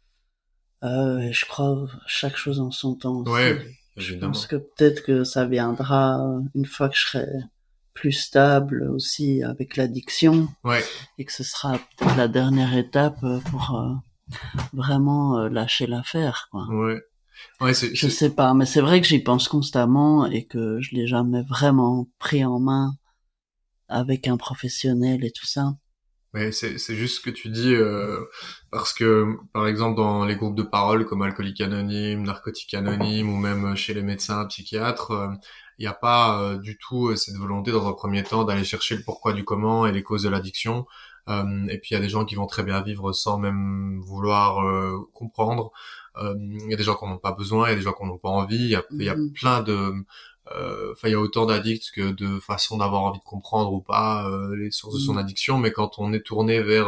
Et je crois chaque chose en son temps aussi. Ouais, je pense que peut-être que ça viendra une fois que je serai plus stable aussi avec l'addiction. Ouais. Et que ce sera peut-être la dernière étape pour vraiment lâcher l'affaire, quoi. Ouais. Ouais, je sais pas, mais c'est vrai que j'y pense constamment et que je l'ai jamais vraiment pris en main avec un professionnel et tout ça. Ouais, c'est juste ce que tu dis, parce que, par exemple, dans les groupes de parole comme Alcooliques Anonymes, Narcotiques Anonymes, ou même chez les médecins, psychiatres, il n'y a pas du tout cette volonté, dans un premier temps, d'aller chercher le pourquoi du comment et les causes de l'addiction. Et puis, il y a des gens qui vont très bien vivre sans même vouloir comprendre. Il y a des gens qui n'en ont pas besoin, il y a des gens qui n'en ont pas envie. Il y a plein de il y a autant d'addicts que de façons d'avoir envie de comprendre ou pas les sources de son addiction, mais quand on est tourné vers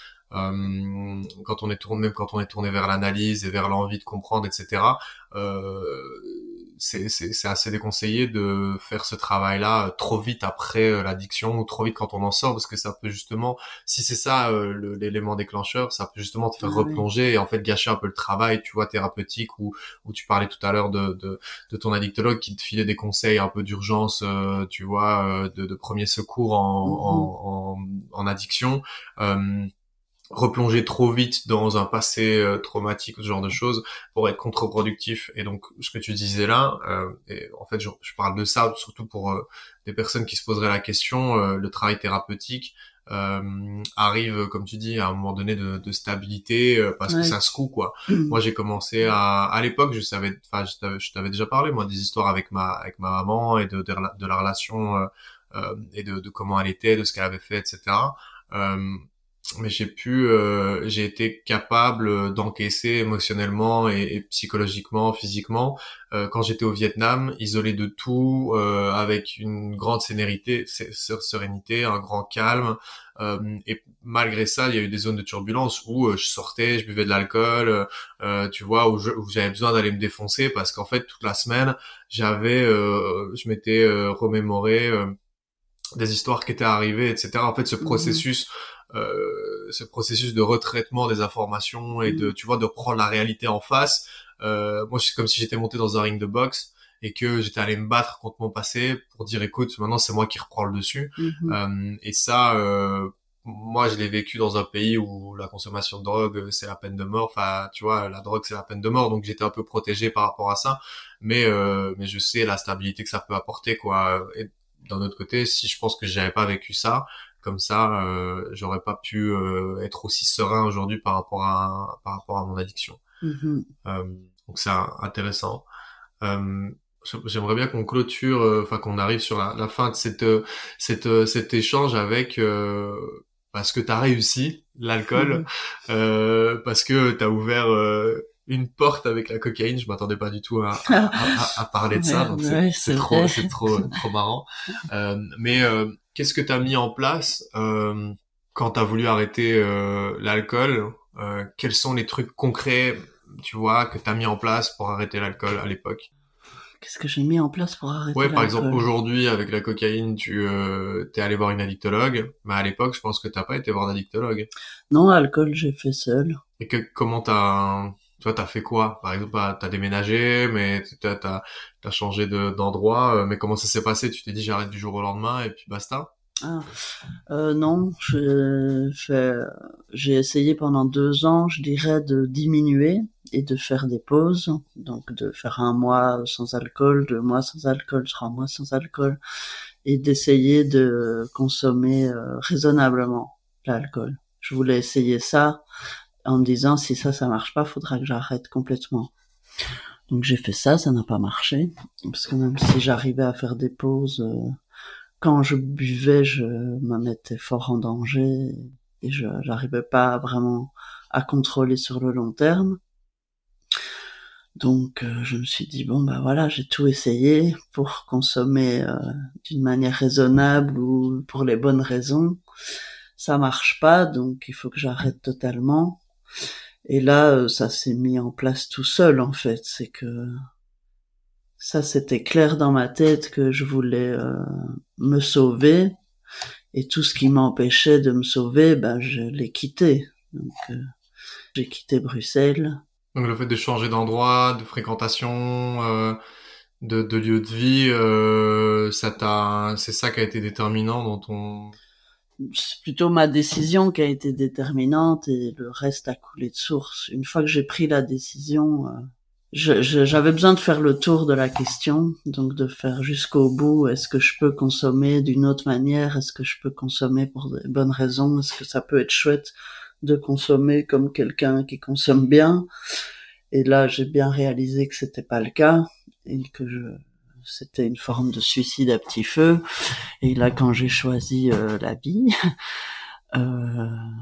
même quand on est tourné vers l'analyse et vers l'envie de comprendre, etc. Euh, c'est assez déconseillé de faire ce travail-là trop vite après l'addiction ou trop vite quand on en sort, parce que ça peut justement, si c'est ça l'élément déclencheur, ça peut justement te faire replonger et en fait gâcher un peu le travail, tu vois, thérapeutique, où tu parlais tout à l'heure de ton addictologue qui te filait des conseils un peu d'urgence, tu vois, de premier secours en addiction. Replonger trop vite dans un passé traumatique ou ce genre de choses pour être contre-productif. Et donc ce que tu disais là, et en fait je parle de ça surtout pour des personnes qui se poseraient la question, le travail thérapeutique arrive, comme tu dis, à un moment donné de stabilité, parce que ça secoue, quoi. Moi j'ai commencé à l'époque, je t'avais déjà parlé, moi, des histoires avec ma maman et de la relation et de comment elle était, de ce qu'elle avait fait, etc. Mais j'ai été capable d'encaisser émotionnellement et psychologiquement, physiquement, quand j'étais au Vietnam, isolé de tout, avec une grande sérénité, un grand calme, et malgré ça, il y a eu des zones de turbulence où je sortais, je buvais de l'alcool, tu vois, où j'avais besoin d'aller me défoncer parce qu'en fait toute la semaine, je m'étais remémoré des histoires qui étaient arrivées, etc. En fait, ce processus de retraitement des informations et de, tu vois, de reprendre la réalité en face. Moi, c'est comme si j'étais monté dans un ring de boxe et que j'étais allé me battre contre mon passé pour dire, écoute, maintenant c'est moi qui reprends le dessus. Et ça, moi, je l'ai vécu dans un pays où la consommation de drogue, c'est la peine de mort. Enfin, tu vois, la drogue, c'est la peine de mort. Donc, j'étais un peu protégé par rapport à ça. Mais je sais la stabilité que ça peut apporter, quoi. Et d'un autre côté, si je pense que j'avais pas vécu ça, comme ça, j'aurais pas pu être aussi serein aujourd'hui par rapport à mon addiction. Donc c'est intéressant. J'aimerais bien qu'on clôture, enfin qu'on arrive sur la fin de cet échange avec parce que t'as réussi l'alcool, parce que t'as ouvert une porte avec la cocaïne. Je m'attendais pas du tout à parler de ça, donc c'est trop marrant. Mais qu'est-ce que t'as mis en place quand t'as voulu arrêter l'alcool? Quels sont les trucs concrets, tu vois, que t'as mis en place pour arrêter l'alcool à l'époque? Qu'est-ce que j'ai mis en place pour arrêter l'alcool? Par exemple, aujourd'hui, avec la cocaïne, tu t'es allé voir une addictologue, mais à l'époque, je pense que t'as pas été voir d'addictologue. Non, l'alcool, j'ai fait seul. Et comment t'as fait quoi? Par exemple, t'as déménagé, mais t'as changé d'endroit, mais comment ça s'est passé? Tu t'es dit j'arrête du jour au lendemain et puis basta? Non, j'ai essayé pendant 2 ans, je dirais, de diminuer et de faire des pauses, donc de faire 1 mois sans alcool, 2 mois sans alcool, 3 mois sans alcool, et d'essayer de consommer raisonnablement l'alcool. Je voulais essayer ça en me disant si ça marche pas, faudra que j'arrête complètement. Donc j'ai fait ça n'a pas marché, parce que même si j'arrivais à faire des pauses, quand je buvais, je me mettais fort en danger et j'arrivais pas vraiment à contrôler sur le long terme. Donc je me suis dit bon bah voilà, j'ai tout essayé pour consommer d'une manière raisonnable ou pour les bonnes raisons. Ça marche pas, donc il faut que j'arrête totalement. Et là ça s'est mis en place tout seul en fait, c'est que ça c'était clair dans ma tête que je voulais me sauver, et tout ce qui m'empêchait de me sauver, ben je l'ai quitté. Donc j'ai quitté Bruxelles. Donc le fait de changer d'endroit, de fréquentation, de lieu de vie, c'est ça qui a été déterminant dans ton... C'est plutôt ma décision qui a été déterminante et le reste a coulé de source. Une fois que j'ai pris la décision, j'avais besoin de faire le tour de la question, donc de faire jusqu'au bout. Est-ce que je peux consommer d'une autre manière? Est-ce que je peux consommer pour des bonnes raisons? Est-ce que ça peut être chouette de consommer comme quelqu'un qui consomme bien? Et là, j'ai bien réalisé que c'était pas le cas et que c'était une forme de suicide à petit feu. Et là, quand j'ai choisi la vie,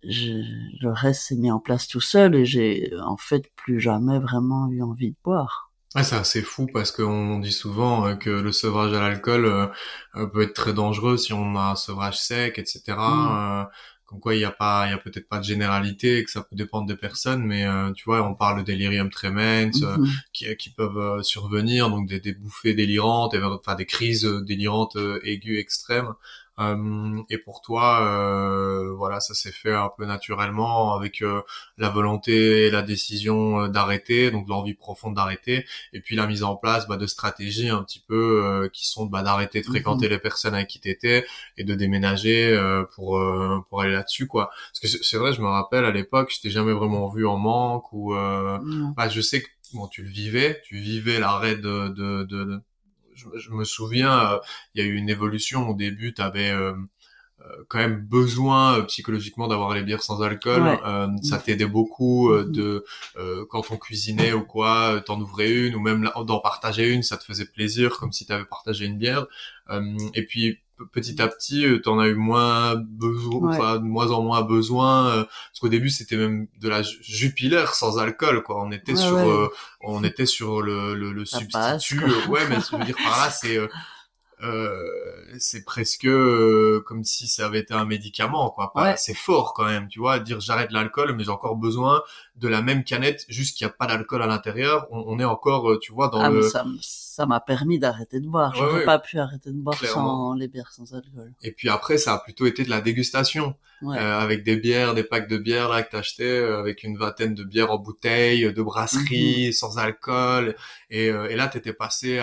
le reste s'est mis en place tout seul et j'ai en fait plus jamais vraiment eu envie de boire. Ouais, c'est assez fou parce qu'on dit souvent que le sevrage à l'alcool peut être très dangereux si on a un sevrage sec, etc. Comme quoi il y a peut-être pas de généralité, que ça peut dépendre des personnes, mais tu vois, on parle de délirium tremens qui peuvent survenir, donc des bouffées délirantes, enfin des crises délirantes aiguës extrêmes. Et pour toi, voilà, ça s'est fait un peu naturellement avec la volonté et la décision d'arrêter, donc l'envie profonde d'arrêter, et puis la mise en place de stratégies un petit peu qui sont d'arrêter de fréquenter les personnes avec qui t'étais et de déménager pour aller là-dessus, quoi. Parce que c'est vrai, je me rappelle à l'époque, je t'ai jamais vraiment vu en manque ou je sais que bon, tu vivais l'arrêt de je me souviens, il y a eu une évolution. Au début, t'avais quand même besoin psychologiquement d'avoir les bières sans alcool. Ouais. Ça t'aidait beaucoup quand on cuisinait ou quoi, t'en ouvrais une ou même d'en partager une, ça te faisait plaisir comme si t'avais partagé une bière. Et puis petit à petit, t'en as eu moins besoin, enfin de moins en moins besoin. Parce qu'au début, c'était même de la Jupiler sans alcool, quoi. On était on était sur le substitut. Mais je veux dire par là, c'est presque comme si ça avait été un médicament, quoi. C'est fort quand même, tu vois, dire j'arrête l'alcool, mais j'ai encore besoin de la même canette, juste qu'il n'y a pas d'alcool à l'intérieur. On est encore, tu vois, dans le... Ça m'a permis d'arrêter de boire. J'aurais pas pu arrêter de boire clairement. sans les bières sans alcool. Et puis après, ça a plutôt été de la dégustation. Avec des bières, des packs de bières là que t'achetais, avec une vingtaine de bières en bouteille, de brasserie, sans alcool. Et là, t'étais passé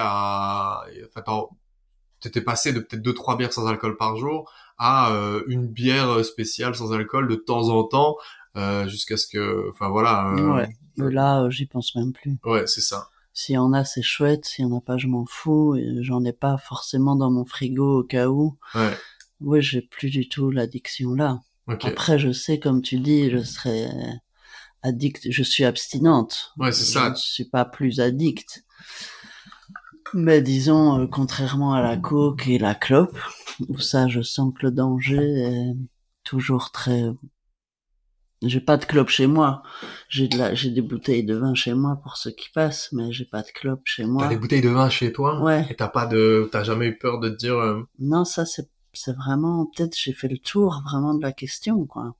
de peut-être 2-3 bières sans alcool par jour à une bière spéciale sans alcool de temps en temps, jusqu'à ce que, enfin voilà. Mais là, j'y pense même plus. Ouais, c'est ça. S'il y en a, c'est chouette. S'il y en a pas, je m'en fous. Et j'en ai pas forcément dans mon frigo au cas où. Ouais, j'ai plus du tout l'addiction là. Okay. Après, je sais, comme tu dis, je serais addict. Je suis abstinente. Ouais, c'est ça. Je ne suis pas plus addict. Mais disons, contrairement à la coke et la clope, où ça, je sens que le danger est toujours très... J'ai pas de clope chez moi. J'ai des bouteilles de vin chez moi pour ceux qui passent, mais j'ai pas de clope chez moi. T'as des bouteilles de vin chez toi? Ouais. Et t'as jamais eu peur de te dire... Non, ça, c'est vraiment... Peut-être j'ai fait le tour vraiment de la question, quoi.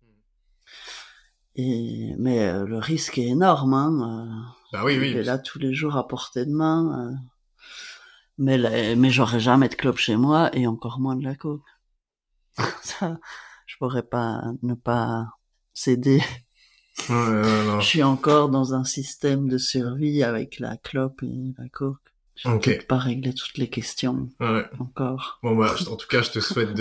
Mais le risque est énorme, hein. Oui. Il est là tous les jours à portée de main. Mais j'aurais jamais de clope chez moi et encore moins de la coke. Ça, je pourrais pas ne pas céder. Non. Je suis encore dans un système de survie avec la clope et la coke. Je peux peut-être pas régler toutes les questions. Encore. Bon, en tout cas, je te souhaite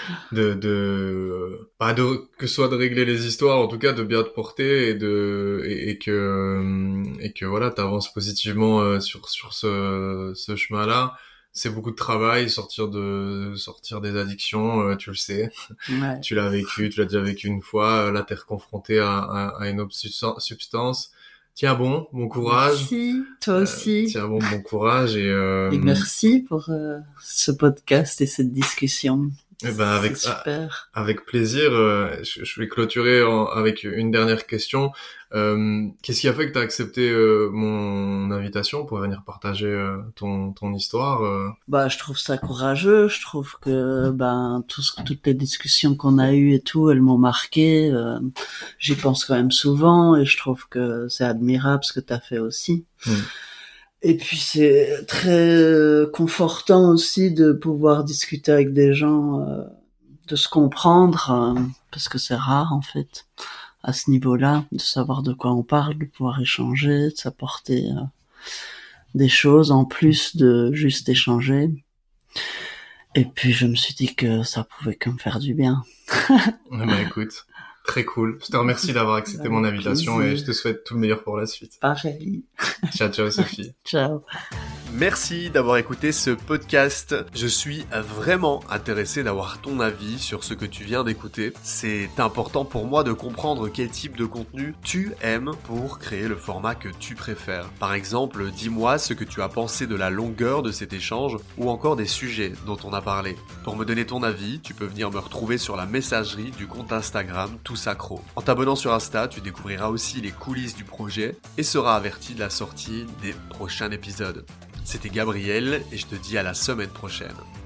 que ce soit de régler les histoires, en tout cas, de bien te porter et que voilà, t'avances positivement sur ce chemin-là. C'est beaucoup de travail, sortir des addictions, tu le sais. Tu l'as vécu, tu l'as déjà vécu une fois, là, t'es reconfronté à une autre substance. Tiens bon courage. Merci, toi aussi. Tiens bon courage et merci pour ce podcast et cette discussion. C'est super. Avec plaisir. Je vais clôturer avec une dernière question. Qu'est-ce qui a fait que tu as accepté mon invitation pour venir partager ton histoire Je trouve ça courageux. Je trouve que toutes les discussions qu'on a eues et tout, elles m'ont marqué. J'y pense quand même souvent et je trouve que c'est admirable ce que tu as fait aussi. Et puis c'est très confortant aussi de pouvoir discuter avec des gens, de se comprendre, parce que c'est rare en fait à ce niveau-là, de savoir de quoi on parle, de pouvoir échanger, de s'apporter des choses en plus de juste échanger. Et puis je me suis dit que ça pouvait que me faire du bien. Écoute, très cool. Je te remercie d'avoir accepté mon invitation et je te souhaite tout le meilleur pour la suite. Pareil. Ciao Sophie. Ciao. Merci d'avoir écouté ce podcast. Je suis vraiment intéressé d'avoir ton avis sur ce que tu viens d'écouter. C'est important pour moi de comprendre quel type de contenu tu aimes pour créer le format que tu préfères. Par exemple, dis-moi ce que tu as pensé de la longueur de cet échange ou encore des sujets dont on a parlé. Pour me donner ton avis, tu peux venir me retrouver sur la messagerie du compte Instagram Toussacro. En t'abonnant sur Insta, tu découvriras aussi les coulisses du projet et seras averti de la sortie des prochains épisodes. C'était Gabriel et je te dis à la semaine prochaine.